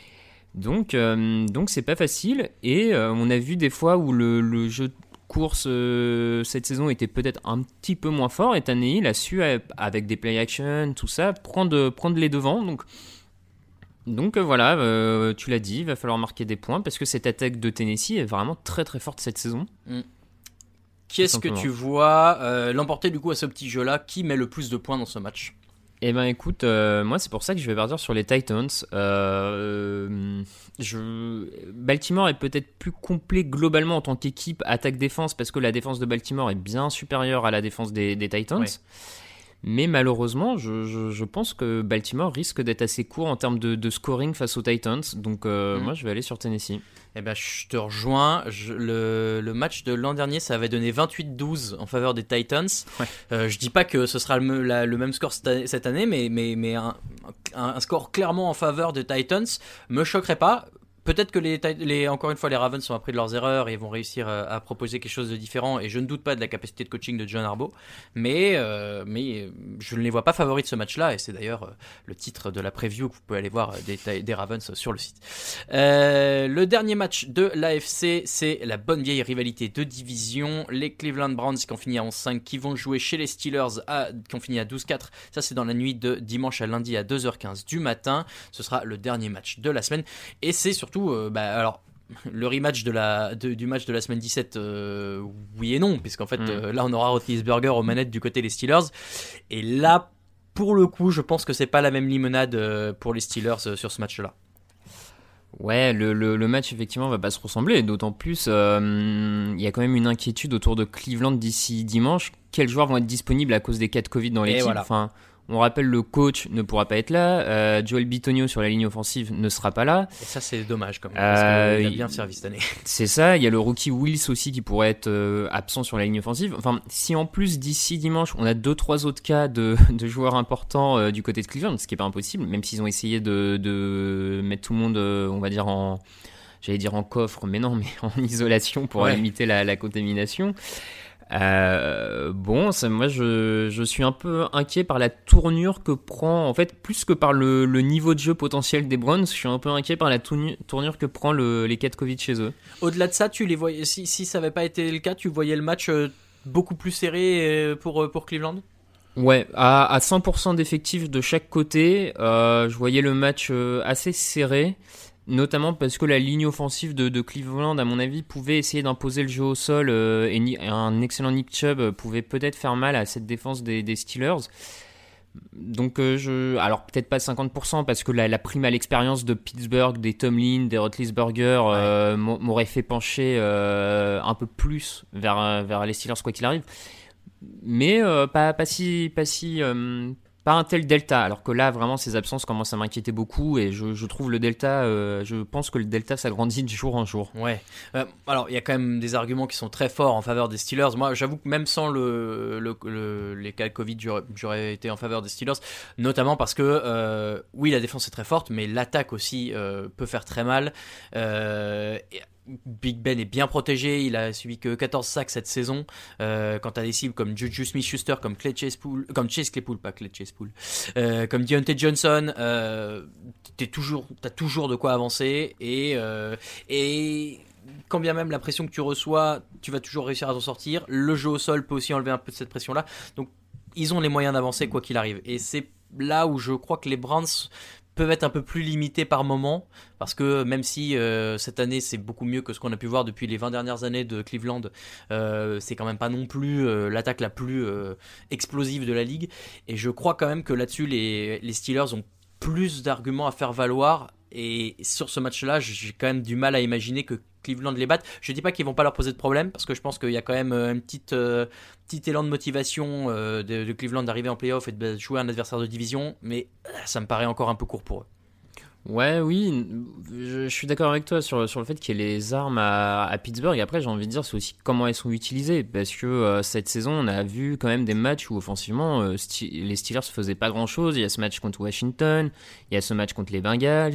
Donc, euh, donc c'est pas facile, et euh, on a vu des fois où le, le jeu de course euh, cette saison était peut-être un petit peu moins fort, et Tannehill a su, avec des play action, tout ça, prendre, prendre les devants. Donc, donc euh, voilà, euh, tu l'as dit, il va falloir marquer des points, parce que cette attaque de Tennessee est vraiment très très forte cette saison. Mm. Qui est-ce que tu vois euh, l'emporter du coup à ce petit jeu-là? Qui met le plus de points dans ce match? Eh ben écoute, euh, moi c'est pour ça que je vais partir sur les Titans. Euh, je... Baltimore est peut-être plus complet globalement en tant qu'équipe attaque-défense, parce que la défense de Baltimore est bien supérieure à la défense des, des Titans. Ouais. Mais malheureusement, je, je, je pense que Baltimore risque d'être assez court en termes de, de scoring face aux Titans. Donc euh, mmh. moi je vais aller sur Tennessee. Eh ben, je te rejoins. Je, le, le match de l'an dernier, ça avait donné vingt-huit douze en faveur des Titans. Ouais. Euh, je dis pas que ce sera le, la, le même score cette année, mais, mais, mais un, un, un score clairement en faveur des Titans me choquerait pas. Peut-être que les, les, encore une fois, les Ravens sont appris de leurs erreurs et vont réussir à, à proposer quelque chose de différent. Et je ne doute pas de la capacité de coaching de John Harbaugh. Mais, euh, mais je ne les vois pas favoris de ce match-là. Et c'est d'ailleurs euh, le titre de la preview que vous pouvez aller voir des, des Ravens sur le site. Euh, le dernier match de l'A F C, c'est la bonne vieille rivalité de division. Les Cleveland Browns qui ont fini à onze cinq, qui vont jouer chez les Steelers à, qui ont fini à douze quatre. Ça, c'est dans la nuit de dimanche à lundi à deux heures quinze du matin. Ce sera le dernier match de la semaine. Et c'est surtout Tout, euh, bah, alors, le rematch de la, de, du match de la semaine dix-sept, euh, oui et non, puisqu'en fait, mm. euh, là, on aura Roethlisberger aux manettes du côté des Steelers. Et là, pour le coup, je pense que c'est pas la même limonade euh, pour les Steelers euh, sur ce match-là. Ouais, le, le, le match effectivement va pas se ressembler, d'autant plus il euh, y a quand même une inquiétude autour de Cleveland d'ici dimanche. Quels joueurs vont être disponibles à cause des cas de Covid dans l'équipe? voilà. Enfin, on rappelle, le coach ne pourra pas être là, euh, Joel Bitonio sur la ligne offensive ne sera pas là. Et ça c'est dommage quand même, parce euh, qu'il a bien servi cette année. C'est ça, il y a le rookie Wills aussi qui pourrait être euh, absent sur la ligne offensive. Enfin, si en plus d'ici dimanche on a deux trois autres cas de, de joueurs importants euh, du côté de Cleveland, ce qui est pas impossible, même s'ils ont essayé de, de mettre tout le monde, euh, on va dire en... J'allais dire en coffre, mais non, mais en isolation pour ouais. limiter la, la contamination. Euh, bon, ça, moi je, je suis un peu inquiet par la tournure que prend, en fait, plus que par le, le niveau de jeu potentiel des Browns, je suis un peu inquiet par la tournure, tournure que prend le, les cas de Covid chez eux. Au-delà de ça, tu les voyais, si, si ça n'avait pas été le cas, tu voyais le match beaucoup plus serré pour, pour Cleveland ? Ouais, à, à cent pour cent d'effectifs de chaque côté, euh, je voyais le match assez serré. Notamment parce que la ligne offensive de, de Cleveland, à mon avis, pouvait essayer d'imposer le jeu au sol euh, et un excellent Nick Chubb pouvait peut-être faire mal à cette défense des, des Steelers. Donc, euh, je, alors peut-être pas cinquante pour cent parce que la, la prime à l'expérience de Pittsburgh, des Tomlin, des Roethlisberger euh, ouais. m'aurait fait pencher euh, un peu plus vers, vers les Steelers quoi qu'il arrive. Mais euh, pas, pas si... Pas si euh, Pas un tel delta, alors que là, vraiment, ces absences commencent à m'inquiéter beaucoup et je, je trouve le delta, euh, je pense que le delta s'agrandit de jour en jour. Ouais, euh, alors il y a quand même des arguments qui sont très forts en faveur des Steelers. Moi, j'avoue que même sans le, le, le, les cas de Covid, j'aurais, j'aurais été en faveur des Steelers, notamment parce que, euh, oui, la défense est très forte, mais l'attaque aussi euh, peut faire très mal. Euh, et, Big Ben est bien protégé, il a subi que quatorze sacs cette saison. Euh, quant à des cibles comme Juju Smith-Schuster, comme Clay Chase-Pool, comme Chase Claypool, pas Clay Chase-Pool, euh, comme Deontay Johnson, euh, t'es toujours, t'as toujours de quoi avancer et euh, et quand bien même la pression que tu reçois, tu vas toujours réussir à t'en sortir. Le jeu au sol peut aussi enlever un peu de cette pression-là. Donc ils ont les moyens d'avancer quoi qu'il arrive. Et c'est là où je crois que les Browns peuvent être un peu plus limités par moment, parce que même si euh, cette année c'est beaucoup mieux que ce qu'on a pu voir depuis les vingt dernières années de Cleveland, euh, c'est quand même pas non plus euh, l'attaque la plus euh, explosive de la ligue, et je crois quand même que là-dessus les, les Steelers ont plus d'arguments à faire valoir, et sur ce match-là j'ai quand même du mal à imaginer que Cleveland les batte. Je dis pas qu'ils vont pas leur poser de problème, parce que je pense qu'il y a quand même un petit, euh, petit élan de motivation euh, de, de Cleveland d'arriver en play-off et de jouer un adversaire de division, mais ça me paraît encore un peu court pour eux. Ouais, oui, je, je suis d'accord avec toi sur, sur le fait qu'il y ait les armes à, à Pittsburgh. Après, j'ai envie de dire, c'est aussi comment elles sont utilisées, parce que euh, cette saison, on a vu quand même des matchs où offensivement, euh, sti- les Steelers faisaient pas grand-chose. Il y a ce match contre Washington, il y a ce match contre les Bengals.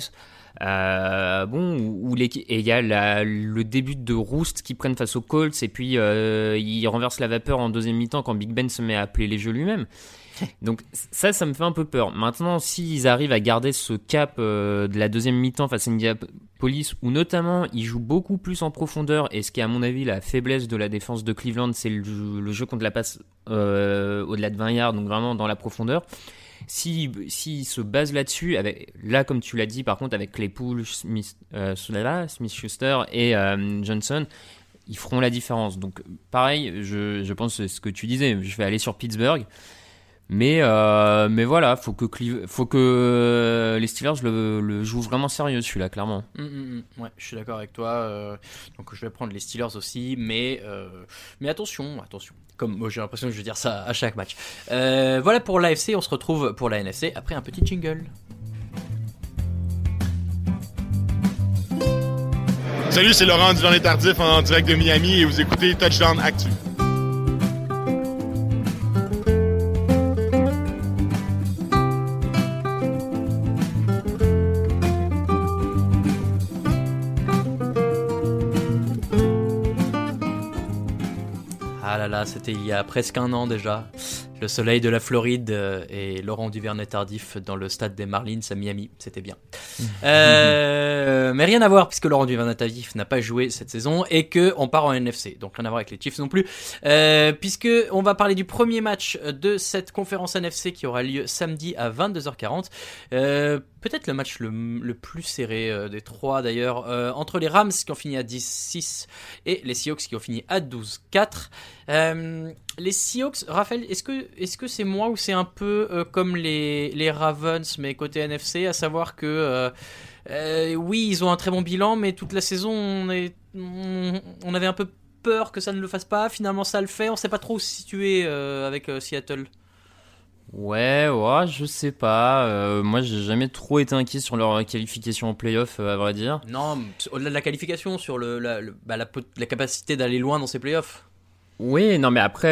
Euh, bon, où, où les, et il y a la, le début de Roost qui prennent face aux Colts, et puis euh, ils renversent la vapeur en deuxième mi-temps quand Big Ben se met à appeler les jeux lui-même. Donc ça, ça me fait un peu peur. Maintenant, s'ils arrivent à garder ce cap euh, de la deuxième mi-temps face à Indianapolis, où notamment ils jouent beaucoup plus en profondeur, et ce qui est à mon avis la faiblesse de la défense de Cleveland, c'est le, le jeu contre la passe euh, au-delà de vingt yards, donc vraiment dans la profondeur. Si, si se base là-dessus, avec, là comme tu l'as dit par contre avec Claypool, Smith, euh, Smith-Schuster et euh, Johnson, ils feront la différence. Donc pareil, je, je pense que ce que tu disais, je vais aller sur Pittsburgh, mais, euh, mais voilà, faut que, Cleve, faut que les Steelers le, le jouent vraiment sérieux celui-là, clairement. Mmh, mmh, ouais, je suis d'accord avec toi, euh, donc je vais prendre les Steelers aussi, mais, euh, mais attention, attention. Comme moi, j'ai l'impression que je vais dire ça à chaque match. Euh, voilà pour l'A F C, on se retrouve pour la N F C après un petit jingle. Salut, c'est Laurent du Journée Tardif en direct de Miami et vous écoutez Touchdown Actu. Ah là là, c'était il y a presque un an déjà. Le soleil de la Floride et Laurent Duvernay-Tardif dans le stade des Marlins à Miami, c'était bien. Euh, mais rien à voir puisque Laurent Duvernay-Tardif n'a pas joué cette saison et que on part en N F C, donc rien à voir avec les Chiefs non plus. Euh, puisque on va parler du premier match de cette conférence N F C qui aura lieu samedi à vingt-deux heures quarante. Euh, peut-être le match le, le plus serré euh, des trois d'ailleurs, euh, entre les Rams qui ont fini à dix six et les Seahawks qui ont fini à douze quatre. Euh, les Seahawks, Raphaël, est-ce que, est-ce que c'est moi ou c'est un peu euh, comme les, les Ravens, mais côté N F C, à savoir que euh, euh, oui, ils ont un très bon bilan, mais toute la saison, on, est, on, on avait un peu peur que ça ne le fasse pas. Finalement, ça le fait. On ne sait pas trop où se situer euh, avec euh, Seattle. Ouais, ouais, je sais pas. Euh, moi, j'ai jamais trop été inquiet sur leur qualification en playoff, euh, à vrai dire. Non, au-delà de la qualification, sur le, la, le, bah, la, la capacité d'aller loin dans ces playoffs. Oui, non, mais après,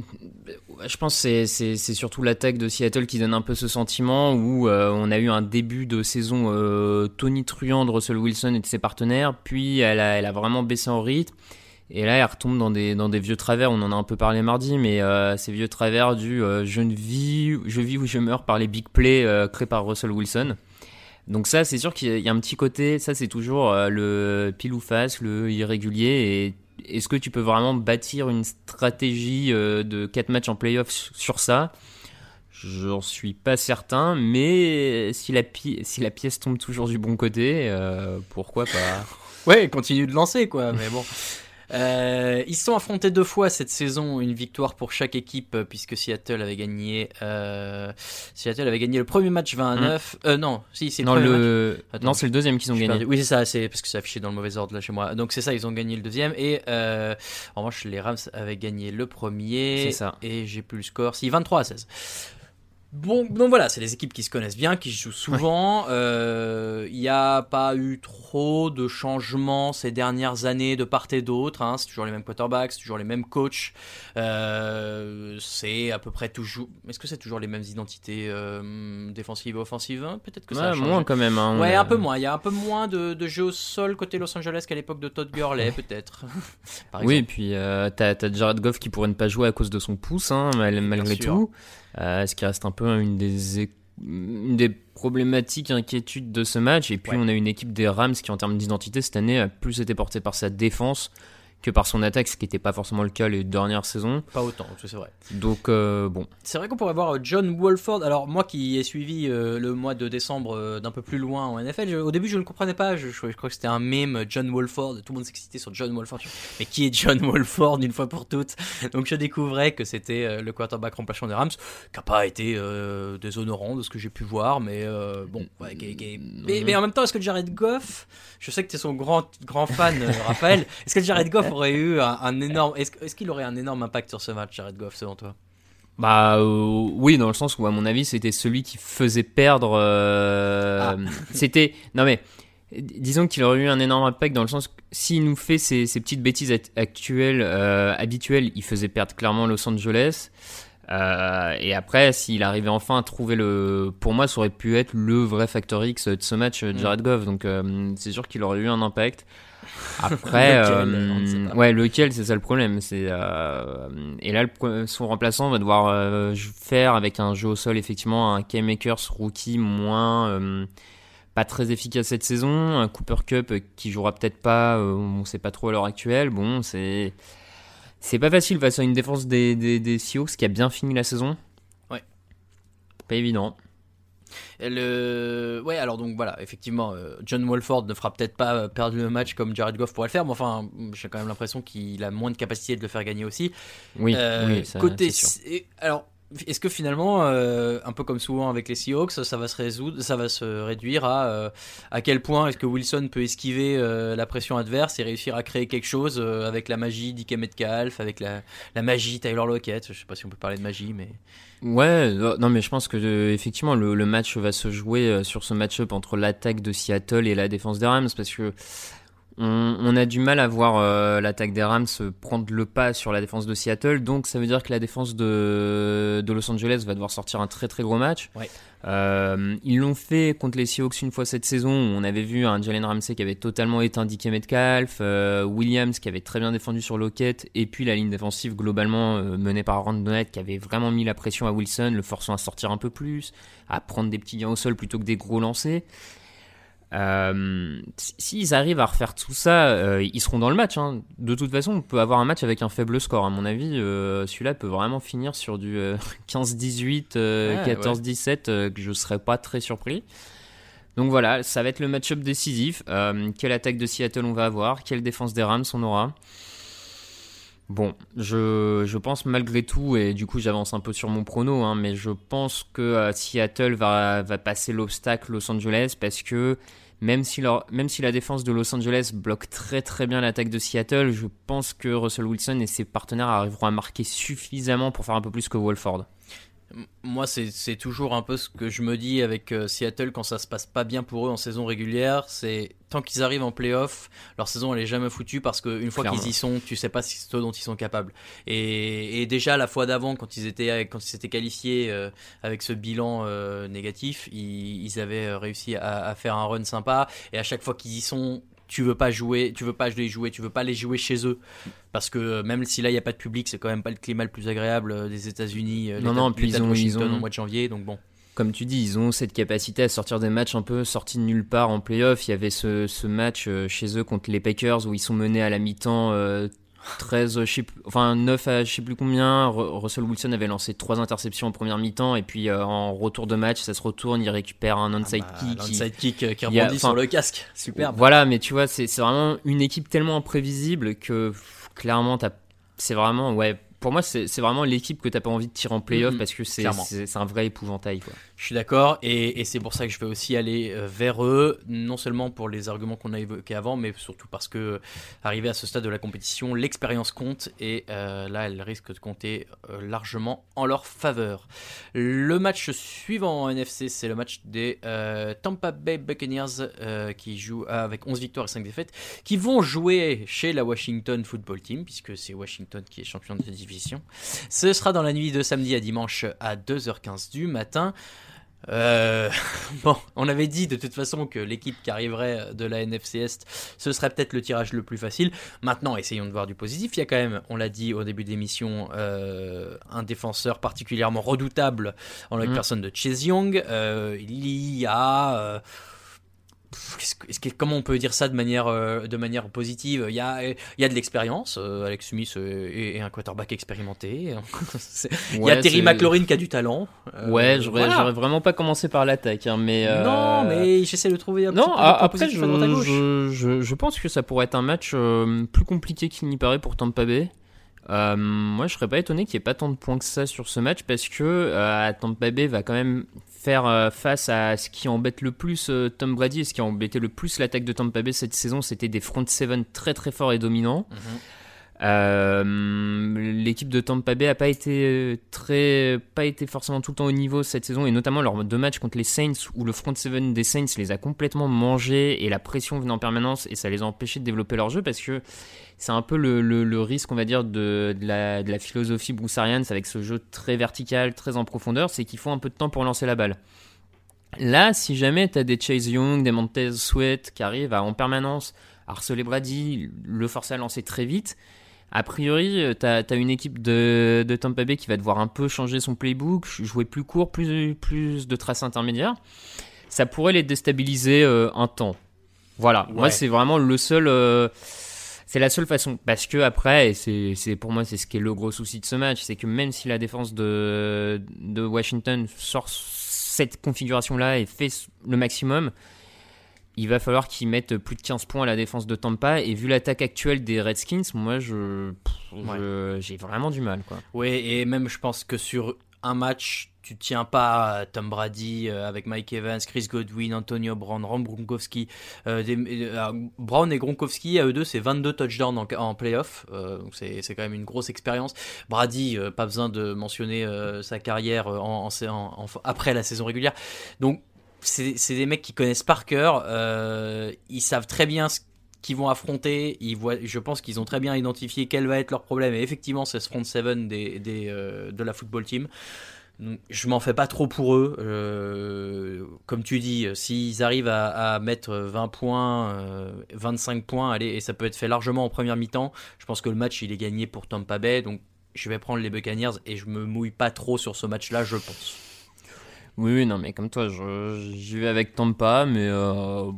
je pense que c'est, c'est, c'est surtout l'attaque de Seattle qui donne un peu ce sentiment où euh, on a eu un début de saison euh, tonitruant de Russell Wilson et de ses partenaires, puis elle a, elle a vraiment baissé en rythme. Et là, elle retombe dans des, dans des vieux travers, on en a un peu parlé mardi, mais euh, ces vieux travers du euh, je ne vis, je vis ou je meurs par les big plays euh, créés par Russell Wilson. Donc ça, c'est sûr qu'il y a un petit côté, ça c'est toujours euh, le pile ou face, le irrégulier. Et est-ce que tu peux vraiment bâtir une stratégie euh, de quatre matchs en playoff sur ça ? J'en suis pas certain, mais si la, pi- si la pièce tombe toujours du bon côté, euh, pourquoi pas ? Ouais, continue de lancer quoi, mais bon... Euh, ils se sont affrontés deux fois cette saison, une victoire pour chaque équipe puisque Seattle avait gagné. Euh, Seattle avait gagné le premier match vingt à neuf. Mmh. Euh, non, si c'est le non, premier le... match. Attends, non, c'est le deuxième qu'ils ont gagné. Perdu. Oui, c'est ça, c'est parce que c'est affiché dans le mauvais ordre là chez moi. Donc c'est ça, ils ont gagné le deuxième et euh, en revanche les Rams avaient gagné le premier. C'est ça. Et j'ai plus le score. Si vingt-trois à seize. Bon, donc voilà, c'est des équipes qui se connaissent bien, qui jouent souvent. Il ouais. euh, n'y a pas eu trop de changements ces dernières années de part et d'autre. Hein. C'est toujours les mêmes quarterbacks, c'est toujours les mêmes coachs. Euh, c'est à peu près toujours. Est-ce que c'est toujours les mêmes identités euh, défensives et offensives hein? Peut-être que ça ouais, a changé. Moins quand même. Hein, ouais, a... un peu moins. Il y a un peu moins de, de jeux au sol côté Los Angeles qu'à l'époque de Todd Gurley, peut-être. Par oui, et puis euh, t'as, t'as Jared Goff qui pourrait ne pas jouer à cause de son pouce, hein, mal, malgré tout. Euh, ce qui reste un peu une des, é- une des problématiques, inquiétudes de ce match. Et puis ouais. on a une équipe des Rams qui en termes d'identité cette année a plus été portée par sa défense que par son attaque, ce qui n'était pas forcément le cas les dernières saisons. Pas autant, c'est vrai. Donc euh, bon. C'est vrai qu'on pourrait voir John Wolford. Alors moi qui ai suivi euh, le mois de décembre euh, d'un peu plus loin en N F L, je, au début je ne le comprenais pas, je, je, je crois que c'était un meme, John Wolford, tout le monde s'excitait sur John Wolford. Mais qui est John Wolford une fois pour toutes? Donc je découvrais que c'était euh, le quarterback remplaçant des Rams, qui n'a pas été euh, déshonorant de ce que j'ai pu voir, mais euh, bon. Ouais, qui, qui, mais, mais en même temps, est-ce que Jared Goff, je sais que tu es son grand, grand fan, euh, Raphaël, est-ce que Jared Goff aurait eu un, un énorme est-ce, est-ce qu'il aurait un énorme impact sur ce match, Jared Goff, selon toi? Bah euh, oui, dans le sens où à mon avis c'était celui qui faisait perdre euh, ah. c'était non mais disons qu'il aurait eu un énorme impact dans le sens que s'il nous fait ces, ces petites bêtises actuelles euh, habituelles, il faisait perdre clairement Los Angeles. Euh, et après, s'il arrivait enfin à trouver le, pour moi, ça aurait pu être le vrai facteur X de ce match, Jared Goff. Donc, euh, c'est sûr qu'il aurait eu un impact. Après, lequel, euh, ouais, lequel, c'est ça le problème. C'est euh, et là, le, son remplaçant va devoir euh, faire avec un jeu au sol, effectivement, un Cam Akers rookie moins, euh, pas très efficace cette saison, un Cooper Kupp qui jouera peut-être pas, euh, on sait pas trop à l'heure actuelle. Bon, c'est C'est pas facile face à une défense des, des, des Seahawks qui a bien fini la saison. Ouais. Pas évident. Le... Ouais, alors donc voilà, effectivement, euh, John Wolford ne fera peut-être pas euh, perdre le match comme Jared Goff pourrait le faire, mais enfin, j'ai quand même l'impression qu'il a moins de capacité de le faire gagner aussi. Oui, euh, oui ça, côté... c'est sûr. Alors, est-ce que finalement, euh, un peu comme souvent avec les Seahawks, ça va se résoudre, ça va se réduire à euh, à quel point est-ce que Wilson peut esquiver euh, la pression adverse et réussir à créer quelque chose euh, avec la magie d'I K Metcalf, avec la, la magie Tyler Lockett. Je sais pas si on peut parler de magie, mais ouais, non mais je pense que euh, effectivement le, le match va se jouer euh, sur ce match-up entre l'attaque de Seattle et la défense des Rams parce que On, on a du mal à voir euh, l'attaque des Rams prendre le pas sur la défense de Seattle, donc ça veut dire que la défense de, de Los Angeles va devoir sortir un très très gros match. Ouais. Euh, ils l'ont fait contre les Seahawks une fois cette saison, où on avait vu un Jalen Ramsey qui avait totalement éteint D K Metcalf, euh, Williams qui avait très bien défendu sur Lockett, et puis la ligne défensive globalement euh, menée par Aaron Donald qui avait vraiment mis la pression à Wilson, le forçant à sortir un peu plus, à prendre des petits gains au sol plutôt que des gros lancers. Euh, s'ils arrivent à refaire tout ça, euh, ils seront dans le match. Hein. De toute façon, on peut avoir un match avec un faible score. À mon avis, euh, celui-là peut vraiment finir sur du euh, quinze dix-huit, euh, ouais, quatorze dix-sept, ouais. euh, que je serais pas très surpris. Donc voilà, ça va être le match-up décisif. Euh, quelle attaque de Seattle on va avoir? Quelle défense des Rams on aura? Bon, je, je pense malgré tout, et du coup j'avance un peu sur mon prono, hein, mais je pense que euh, Seattle va, va passer l'obstacle Los Angeles parce que même si, leur, même si la défense de Los Angeles bloque très très bien l'attaque de Seattle, je pense que Russell Wilson et ses partenaires arriveront à marquer suffisamment pour faire un peu plus que Wolford. Moi, c'est, c'est toujours un peu ce que je me dis avec euh, Seattle quand ça se passe pas bien pour eux en saison régulière. C'est tant qu'ils arrivent en play-off, leur saison elle est jamais foutue parce qu'une fois Clairement. qu'ils y sont, tu sais pas ce dont ils sont capables. Et, et déjà la fois d'avant, quand ils étaient quand ils s'étaient qualifiés euh, avec ce bilan euh, négatif, ils, ils avaient réussi à, à faire un run sympa. Et à chaque fois qu'ils y sont, tu veux pas jouer, tu veux pas les jouer, tu veux pas les jouer chez eux parce que même si là il y a pas de public, c'est quand même pas le climat le plus agréable des États-Unis, non non, puis ils ont, Washington ils ont au mois de janvier, donc bon. Comme tu dis, ils ont cette capacité à sortir des matchs un peu sortis de nulle part en play-off. Il y avait ce, ce match chez eux contre les Packers où ils sont menés à la mi-temps euh, treize, je sais plus, enfin neuf à je sais plus combien. Russell Wilson avait lancé trois interceptions en première mi-temps et puis euh, en retour de match, ça se retourne, il récupère un onside ah bah, kick. L'onside qui, kick qui rebondit a, sur le casque, superbe. Voilà, mais tu vois, c'est, c'est vraiment une équipe tellement imprévisible que pff, clairement, t'as, c'est vraiment, ouais. Pour moi, c'est, c'est vraiment l'équipe que t'as pas envie de tirer en play-off mmh, parce que c'est, c'est, c'est un vrai épouvantail, quoi. Je suis d'accord, et, et c'est pour ça que je vais aussi aller vers eux, non seulement pour les arguments qu'on a évoqués avant, mais surtout parce que, arrivé à ce stade de la compétition, l'expérience compte, et euh, là, elle risque de compter euh, largement en leur faveur. Le match suivant en N F C, c'est le match des euh, Tampa Bay Buccaneers, euh, qui jouent avec onze victoires et cinq défaites, qui vont jouer chez la Washington Football Team, puisque c'est Washington qui est champion de la division. Ce sera dans la nuit de samedi à dimanche à deux heures quinze du matin. Euh, bon, on avait dit de toute façon que l'équipe qui arriverait de la N F C Est, ce serait peut-être le tirage le plus facile. Maintenant, essayons de voir du positif. Il y a quand même, on l'a dit au début de l'émission, euh, un défenseur particulièrement redoutable en la mmh. personne de Chase Young. Euh, il y a... Euh, Est-ce que, comment on peut dire ça de manière, euh, de manière positive? Il y a, il y a de l'expérience. Euh, Alex Smith est, est un quarterback expérimenté. Il ouais, y a Terry c'est... McLaurin qui a du talent. Euh, ouais, j'aurais, voilà. j'aurais vraiment pas commencé par l'attaque. Hein, mais euh... Non, mais j'essaie de trouver un non, petit peu à, après, je, je, je, je pense que ça pourrait être un match euh, plus compliqué qu'il n'y paraît pour Tampa Bay. Euh, moi, je serais pas étonné qu'il n'y ait pas tant de points que ça sur ce match parce que euh, Tampa Bay va quand même faire euh, face à ce qui embête le plus euh, Tom Brady et ce qui a embêté le plus l'attaque de Tampa Bay cette saison, c'était des front seven très très forts et dominants. Mm-hmm. Euh, l'équipe de Tampa Bay a pas été très, pas été forcément tout le temps au niveau cette saison et notamment leurs deux matchs contre les Saints où le front seven des Saints les a complètement mangés et la pression venait en permanence et ça les a empêchés de développer leur jeu parce que c'est un peu le, le, le risque on va dire de, de, la, de la philosophie Bruce Arians avec ce jeu très vertical, très en profondeur, c'est qu'il faut un peu de temps pour lancer la balle. Là, si jamais tu as des Chase Young, des Montez Sweat qui arrivent à en permanence harceler Brady, le forcer à lancer très vite, a priori, tu as une équipe de, de Tampa Bay qui va devoir un peu changer son playbook, jouer plus court, plus, plus de traces intermédiaires. Ça pourrait les déstabiliser euh, un temps. Voilà, ouais. Moi c'est vraiment le seul... Euh, c'est la seule façon. Parce que après, et c'est, c'est, pour moi c'est ce qui est le gros souci de ce match, c'est que même si la défense de, de Washington sort cette configuration-là et fait le maximum, il va falloir qu'ils mettent plus de quinze points à la défense de Tampa. Et vu l'attaque actuelle des Redskins, moi, je, pff, ouais. je j'ai vraiment du mal, quoi. Oui, et même je pense que sur un match, tu ne tiens pas à Tom Brady euh, avec Mike Evans, Chris Godwin, Antonio Brown, Rob Gronkowski. Euh, des, euh, Brown et Gronkowski, à eux deux, c'est vingt-deux touchdowns en, en playoff. Euh, donc c'est, c'est quand même une grosse expérience. Brady, euh, pas besoin de mentionner euh, sa carrière en, en, en, en, après la saison régulière. Donc, C'est, c'est des mecs qui connaissent par cœur, euh, ils savent très bien ce qu'ils vont affronter, ils voient, je pense qu'ils ont très bien identifié quel va être leur problème, et effectivement c'est ce front seven des, des, euh, de la football team. Donc, je m'en fais pas trop pour eux, euh, comme tu dis, s'ils arrivent à, à mettre vingt points, euh, vingt-cinq points, allez, et ça peut être fait largement en première mi-temps, je pense que le match il est gagné pour Tampa Bay, donc je vais prendre les Buccaneers et je me mouille pas trop sur ce match-là, je pense. Oui, oui, non, mais comme toi, je, j'y vais avec Tampa, mais euh, bon.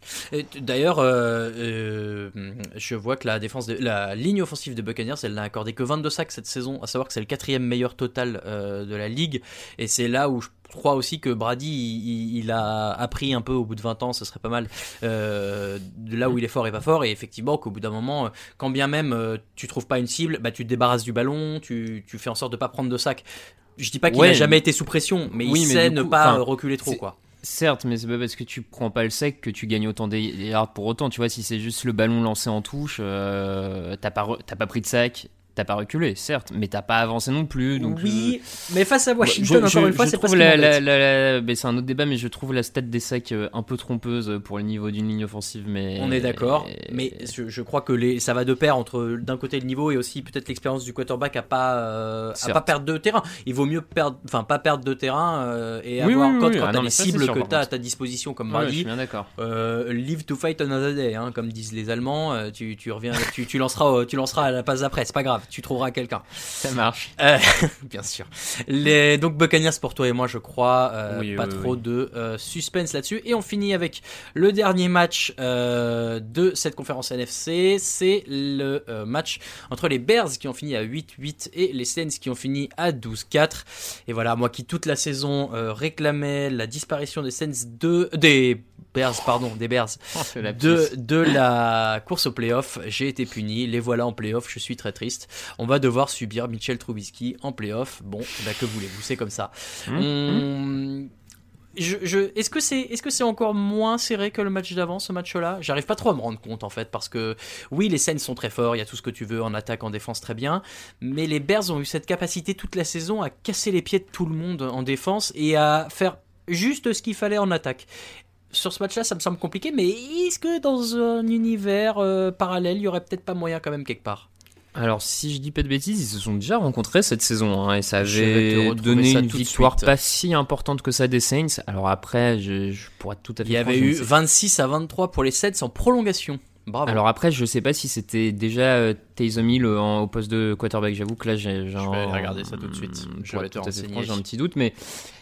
Et d'ailleurs, euh, euh, je vois que la défense, de, la ligne offensive des Buccaneers, elle n'a accordé que vingt-deux sacs cette saison, à savoir que c'est le quatrième meilleur total euh, de la ligue. Et c'est là où je crois aussi que Brady, il, il a appris un peu au bout de vingt ans, ce serait pas mal, euh, de là où il est fort et pas fort. Et effectivement, qu'au bout d'un moment, quand bien même euh, tu trouves pas une cible, bah, tu te débarrasses du ballon, tu, tu fais en sorte de pas prendre de sacs. Je dis pas qu'il ouais, n'a jamais été sous pression, mais oui, il mais sait ne coup, pas enfin, reculer trop, quoi. Certes, mais c'est pas parce que tu prends pas le sec que tu gagnes autant des yards pour autant. Tu vois, si c'est juste le ballon lancé en touche, euh, t'as pas re- t'as pas pris de sac, t'as pas reculé, certes, mais t'as pas avancé non plus. Donc oui, je... mais face à Washington, je, encore je, une fois, je c'est pas ce trouve qui la, m'embête. la, la, la, mais c'est un autre débat, mais je trouve la stat des sacs un peu trompeuse pour le niveau d'une ligne offensive. Mais on est d'accord, et... mais je, je crois que les, ça va de pair entre d'un côté le niveau et aussi peut-être l'expérience du quarterback à pas euh, à pas perdre de terrain. Il vaut mieux perdre, enfin pas perdre de terrain euh, et oui, avoir oui, quand, oui, quand ah, t'as non, les ça, cibles sûr, que t'as à contre. ta disposition comme Ouais, Brady. je suis bien d'accord. Euh, live to fight another day, hein, comme disent les Allemands. Euh, tu, tu reviens, tu, tu lanceras, tu lanceras à la passe d'après. C'est pas grave, tu trouveras quelqu'un. Ça marche. Euh, bien sûr. Les, donc Buccaneers pour toi et moi, je crois, euh, oui, pas oui, trop oui. de euh, suspense là-dessus. Et on finit avec le dernier match euh, de cette conférence N F C. C'est le euh, match entre les Bears qui ont fini à huit huit et les Saints qui ont fini à douze quatre. Et voilà, moi qui toute la saison euh, réclamais la disparition des Saints de des Bears, pardon, des Bears oh, de, de la course au playoff, j'ai été puni, les voilà en playoff, je suis très triste. On va devoir subir Mitchell Trubisky en playoff. Bon, bah que voulez-vous, c'est comme ça. Mmh, On... mmh. Je, je, est-ce que c'est, est-ce que c'est encore moins serré que le match d'avant, ce match-là ? J'arrive pas trop à me rendre compte en fait, parce que oui, les Saints sont très forts, il y a tout ce que tu veux en attaque, en défense, très bien, mais les Bears ont eu cette capacité toute la saison à casser les pieds de tout le monde en défense et à faire juste ce qu'il fallait en attaque. Sur ce match-là, ça me semble compliqué, mais est-ce que dans un univers euh, parallèle, il y aurait peut-être pas moyen quand même quelque part ? Alors, si je dis pas de bêtises, ils se sont déjà rencontrés cette saison, hein, et ça Je vais te avait retrouver donné ça une tout de victoire suite. pas si importante que ça des Saints. Alors après, je, je pourrais être tout à fait Il y franc, avait je ne eu sais- vingt-six à vingt-trois pour les Saints en prolongation. Bravo. Alors après, je sais pas si c'était déjà euh, Taysom Hill euh, en- au poste de quarterback. J'avoue que là, j'ai, j'ai Je un- vais aller regarder ça tout de suite. Pour Je vais être te tout à fait renseigner. franc, j'ai un petit doute, mais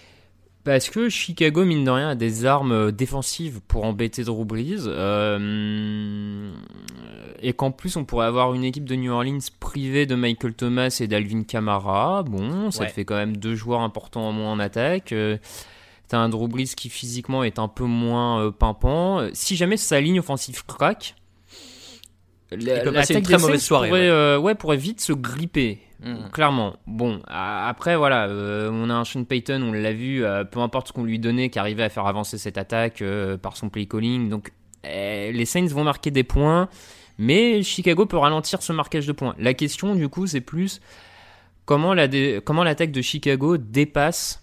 parce que Chicago, mine de rien, a des armes euh, défensives pour embêter Drew Brees, euh, et qu'en plus on pourrait avoir une équipe de New Orleans privée de Michael Thomas et d'Alvin Kamara. Bon, ça Ouais. te fait quand même deux joueurs importants en moins en attaque. Euh, T'as un Drew Brees qui physiquement est un peu moins euh, pimpant. Euh, Si jamais sa ligne offensive craque, la- peut passer l'attaque une très des mauvaise Saints soirée, pourrait, ouais. euh, ouais, pourrait vite se gripper. Mm. Clairement. Bon, a- après, voilà, euh, on a un Sean Payton, on l'a vu, euh, peu importe ce qu'on lui donnait, qui arrivait à faire avancer cette attaque euh, par son play calling. Donc, euh, les Saints vont marquer des points, mais Chicago peut ralentir ce marquage de points. La question, du coup, c'est plus comment, la dé- comment l'attaque de Chicago dépasse.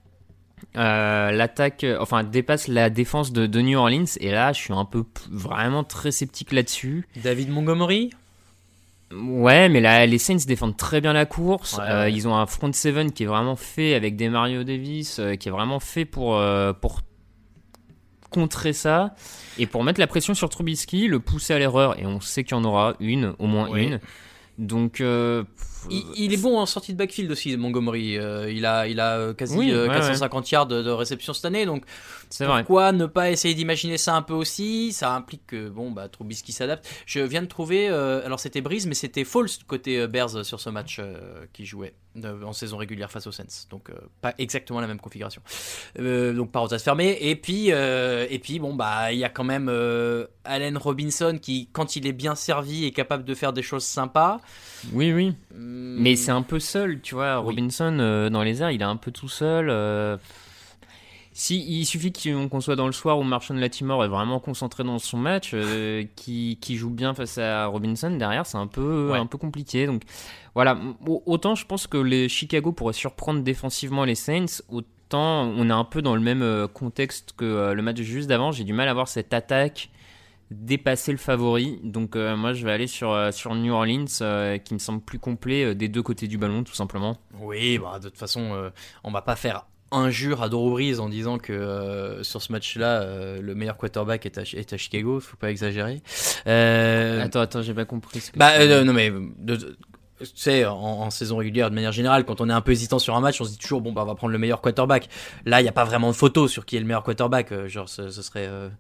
Euh, l'attaque, euh, enfin dépasse la défense de, de New Orleans, et là je suis un peu p- vraiment très sceptique là-dessus. David Montgomery ? Ouais, mais là les Saints défendent très bien la course. Ouais, Euh, ouais. ils ont un front seven qui est vraiment fait avec des Mario Davis, euh, qui est vraiment fait pour euh, pour contrer ça et pour mettre la pression sur Trubisky, le pousser à l'erreur. Et on sait qu'il y en aura une, au moins Oui. une. Donc euh, Il, il est bon en sortie de backfield aussi, Montgomery. Euh, il a, il a euh, quasi Oui, euh, ouais, quatre cent cinquante yards de, de réception cette année, donc c'est vrai. pourquoi ne pas essayer d'imaginer ça un peu aussi ? Ça implique que bon, bah, Trubisky s'adapte. Je viens de trouver, euh, alors c'était Breeze, mais c'était Foles côté euh, Bears sur ce match euh, qui jouait euh, en saison régulière face aux Saints, donc euh, pas exactement la même configuration. Euh, donc parenthèse fermée. Et puis, euh, et puis bon bah il y a quand même euh, Allen Robinson qui, quand il est bien servi, est capable de faire des choses sympas. Oui, oui. Hum, Mais c'est un peu seul, tu vois. Oui. Robinson, euh, dans les airs, il est un peu tout seul. euh. Si, il suffit qu'on qu'on soit dans le soir où Marshon Lattimore est vraiment concentré dans son match, euh, qui, qui joue bien face à Robinson, derrière, c'est un peu, Ouais. un peu compliqué. Donc voilà, Au- autant je pense que les Chicago pourraient surprendre défensivement les Saints, autant on est un peu dans le même euh, contexte que euh, le match juste d'avant. J'ai du mal à voir cette attaque dépasser le favori. Donc euh, moi je vais aller sur, euh, sur New Orleans, euh, qui me semble plus complet euh, des deux côtés du ballon, tout simplement. Oui, bah, de toute façon, euh, on va pas faire injure à Drew Brees en disant que euh, sur ce match-là, euh, le meilleur quarterback est à, est à Chicago. Faut pas exagérer. Euh, Attends, attends, j'ai pas compris ce que bah tu euh, dis. non mais de- de- tu sais, en, en saison régulière, de manière générale, quand on est un peu hésitant sur un match, on se dit toujours bon bah on va prendre le meilleur quarterback. Là, il y a pas vraiment de photo sur qui est le meilleur quarterback. Euh, genre, ce, ce serait, euh,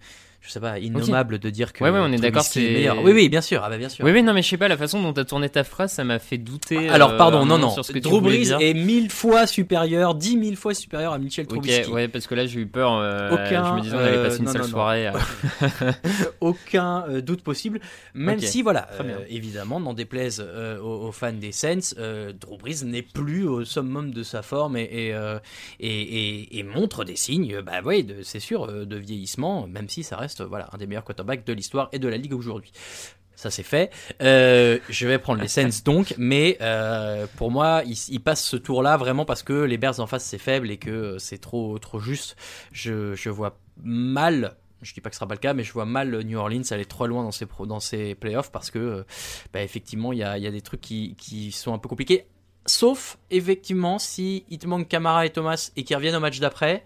je sais pas, innommable okay. de dire que ouais, ouais, on est d'accord, c'est meilleur. Oui, oui, bien sûr, ah bah bien sûr. Oui, oui, non, mais je sais pas, la façon dont t'as tourné ta phrase, ça m'a fait douter. Alors, pardon, euh, non, non. Sur ce que Drew Brees dire. est mille fois supérieur, dix mille fois supérieur à Mitchell Trubisky. Ok, ouais, parce que là, j'ai eu peur. Euh, Aucun, je me disais, on allait passer euh, une non, seule non, soirée. Non. Aucun euh, doute possible. Même okay. si, voilà, euh, évidemment, n'en déplaise euh, aux, aux fans des Saints, euh, Drew Brees n'est plus au summum de sa forme et, et, euh, et, et, et montre des signes, bah oui, de, c'est sûr, de vieillissement, même si ça reste voilà, un des meilleurs quarterbacks de l'histoire et de la ligue aujourd'hui. Ça c'est fait. Euh, je vais prendre les Saints donc, mais euh, pour moi, ils, ils passent ce tour-là vraiment parce que les Bears en face c'est faible et que c'est trop trop juste. Je, je vois mal. Je dis pas que ce sera pas le cas, mais je vois mal New Orleans aller trop loin dans ses pro, dans ses playoffs parce que bah, effectivement il y a il y a des trucs qui qui sont un peu compliqués. Sauf effectivement si il te manque Kamara et Thomas et qu'ils reviennent au match d'après,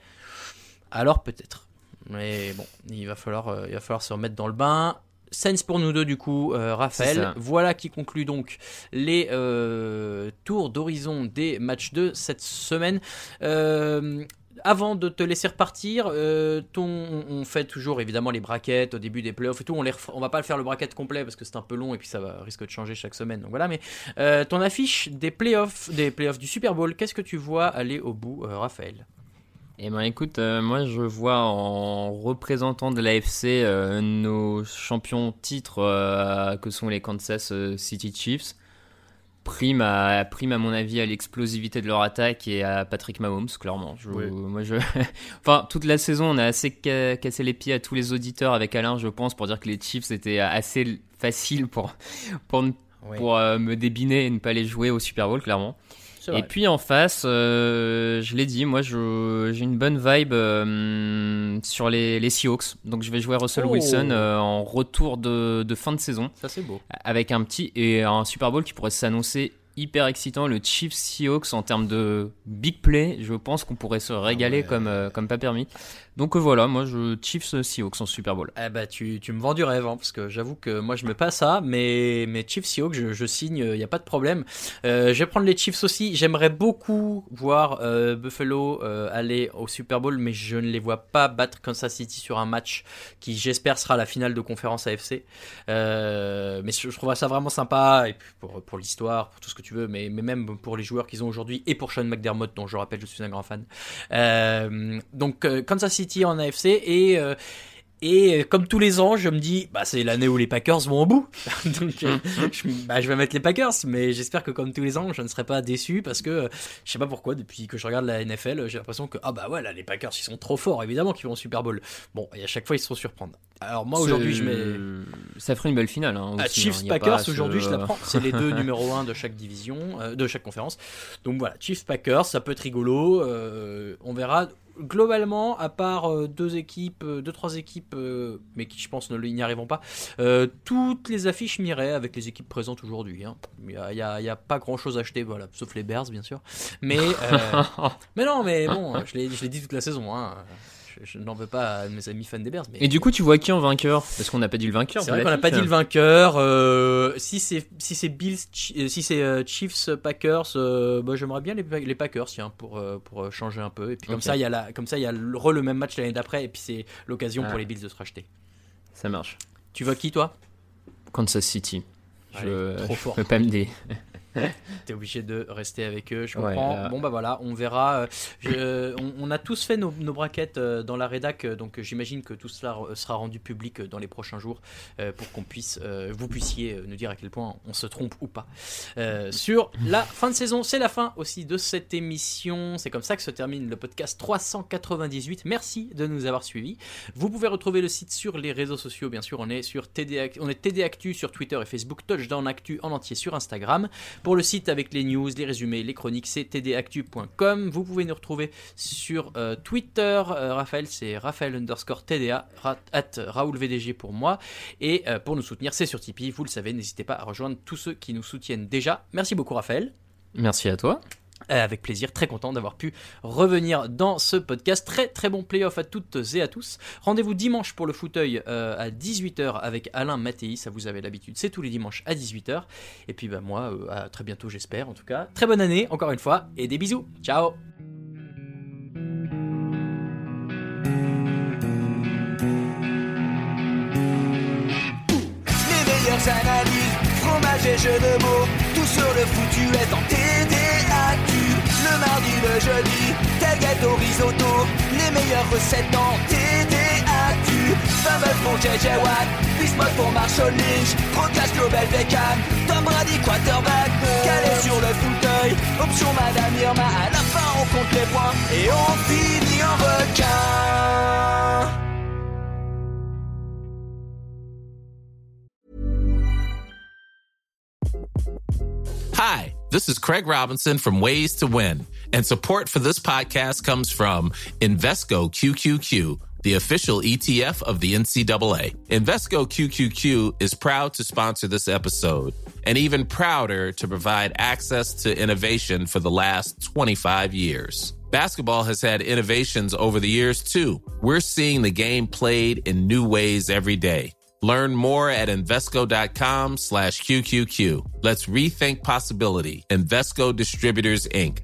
alors peut-être. Mais bon, il va falloir, euh, il va falloir se remettre dans le bain. Saints pour nous deux du coup, euh, Raphaël. Voilà qui conclut donc les euh, tours d'horizon des matchs de cette semaine. Euh, avant de te laisser repartir, euh, ton, on fait toujours évidemment les brackets au début des playoffs et tout. On les refera, on va pas faire le bracket complet parce que c'est un peu long et puis ça va, risque de changer chaque semaine. Donc voilà, mais euh, ton affiche des playoffs, des playoffs du Super Bowl, qu'est-ce que tu vois aller au bout, euh, Raphaël? Eh ben écoute, euh, moi je vois en représentant de l'A F C euh, nos champions titres euh, que sont les Kansas City Chiefs. Prime à, prime à mon avis à l'explosivité de leur attaque et à Patrick Mahomes, clairement. Je, oui. moi je... enfin, toute la saison, on a assez ca- cassé les pieds à tous les auditeurs avec Alain, je pense, pour dire que les Chiefs étaient assez faciles pour, pour, oui. pour euh, me débiner et ne pas les jouer au Super Bowl, clairement. Et puis en face, euh, je l'ai dit, moi je, j'ai une bonne vibe euh, sur les, les Seahawks. Donc je vais jouer Russell oh. Wilson euh, en retour de, de fin de saison. Ça c'est beau. Avec un petit et un Super Bowl qui pourrait s'annoncer hyper excitant. Le Chiefs Seahawks en termes de big play, je pense qu'on pourrait se régaler ah ouais. comme, euh, comme pas permis. Donc euh, voilà, moi je Chiefs Seahawks en Super Bowl. Eh bah tu, tu me vends du rêve hein, parce que j'avoue que moi je mets pas ça, mais, mais Chiefs Seahawks je, je signe, il n'y a pas de problème. Euh, je vais prendre les Chiefs aussi. J'aimerais beaucoup voir euh, Buffalo euh, aller au Super Bowl, mais je ne les vois pas battre Kansas City sur un match qui j'espère sera la finale de conférence A F C. Euh, mais je, je trouve ça vraiment sympa et puis pour, pour l'histoire, pour tout ce que tu veux, mais, mais même pour les joueurs qu'ils ont aujourd'hui et pour Sean McDermott dont je rappelle je suis un grand fan. Euh, donc euh, Kansas City en A F C et euh, et comme tous les ans je me dis bah c'est l'année où les Packers vont au bout donc euh, je, bah, je vais mettre les Packers, mais j'espère que comme tous les ans je ne serai pas déçu parce que je sais pas pourquoi depuis que je regarde la N F L j'ai l'impression que ah bah ouais là les Packers ils sont trop forts, évidemment qu'ils vont au Super Bowl. Bon, et à chaque fois ils se font surprendre. Alors moi aujourd'hui je mets ça ferait une belle finale hein, à aussi, Chiefs hein, Packers ce... aujourd'hui je la prends, c'est les deux numéro un de chaque division euh, de chaque conférence. Donc voilà, Chiefs Packers ça peut être rigolo, euh, on verra. Globalement, à part euh, deux équipes, euh, deux trois équipes, euh, mais qui je pense ne n'y arriveront pas, euh, toutes les affiches m'iraient avec les équipes présentes aujourd'hui. Hein. Il y a, y a, y a pas grand chose à acheter, voilà, sauf les Bears bien sûr. Mais euh, mais non, mais bon, je l'ai, je l'ai dit toute la saison. Hein. Je, je n'en veux pas à mes amis fans des Bears. Mais... Et du coup, tu vois qui en vainqueur? Parce qu'on n'a pas dit le vainqueur. C'est vrai qu'on n'a pas dit le vainqueur. Euh, si c'est si c'est Bills, si c'est euh, Chiefs Packers, euh, bah, j'aimerais bien les, les Packers, tiens, pour euh, pour changer un peu. Et puis comme okay. ça, il y a la, comme ça, il y a le, re le même match l'année d'après. Et puis c'est l'occasion ah. pour les Bills de se racheter. Ça marche. Tu vois qui toi? Kansas City. Allez, je trop fort. Je peux pas me dire. T'es obligé de rester avec eux, je comprends. Ouais, là... Bon bah voilà, on verra. Je, on, on a tous fait nos, nos braquettes dans la rédac, donc j'imagine que tout cela sera rendu public dans les prochains jours pour qu'on puisse, vous puissiez nous dire à quel point on se trompe ou pas euh, sur la fin de saison. C'est la fin aussi de cette émission. C'est comme ça que se termine le podcast trois cent quatre-vingt-dix-huit. Merci de nous avoir suivis. Vous pouvez retrouver le site sur les réseaux sociaux. Bien sûr, on est sur T D, on est T D Actu sur Twitter et Facebook, Touchdown Actu en entier sur Instagram. Pour le site avec les news, les résumés, les chroniques, c'est t d actu point com. Vous pouvez nous retrouver sur euh, Twitter. Euh, Raphaël, c'est Raphaël underscore T D A, at Raoul V D G pour moi. Et euh, pour nous soutenir, c'est sur Tipeee. Vous le savez, n'hésitez pas à rejoindre tous ceux qui nous soutiennent déjà. Merci beaucoup, Raphaël. Merci à toi. Euh, avec plaisir, très content d'avoir pu revenir dans ce podcast. Très très bon playoff à toutes et à tous. Rendez-vous dimanche pour le fauteuil euh, à dix-huit heures avec Alain Mattei, ça vous avez l'habitude, c'est tous les dimanches à dix-huit heures. Et puis bah, moi, euh, à très bientôt j'espère en tout cas. Très bonne année encore une fois et des bisous. Ciao. sans analyse, fromage et jeux de mots, tout sur le foutu est en T D A Q. Le mardi, le jeudi, tailgate au risotto, les meilleures recettes en T D A Q. Fumble pour J J Watt, Bismuth pour Marshall Lynch, Rocas Global Beckham, Tom Brady quarterback, calé sur le fauteuil, option Madame Irma, à la fin on compte les points et on finit en requin. Hi, this is Craig Robinson from Ways to Win, and support for this podcast comes from Invesco Q Q Q, the official E T F of the N C double A. Invesco Q Q Q is proud to sponsor this episode, and even prouder to provide access to innovation for the last twenty-five years. Basketball has had innovations over the years, too. We're seeing the game played in new ways every day. Learn more at Invesco.com slash QQQ. Let's rethink possibility. Invesco Distributors, Incorporated.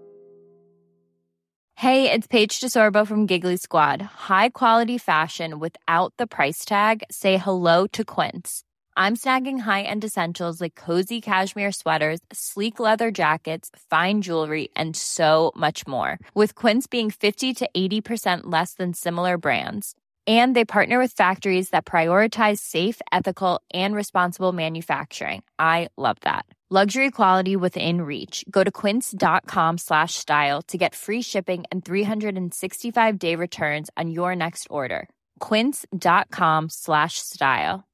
Hey, it's Paige DeSorbo from Giggly Squad. High quality fashion without the price tag. Say hello to Quince. I'm snagging high-end essentials like cozy cashmere sweaters, sleek leather jackets, fine jewelry, and so much more. With Quince being fifty to eighty percent less than similar brands. And they partner with factories that prioritize safe, ethical, and responsible manufacturing. I love that. Luxury quality within reach. Go to quince.com slash style to get free shipping and three sixty-five day returns on your next order. Quince.com slash style.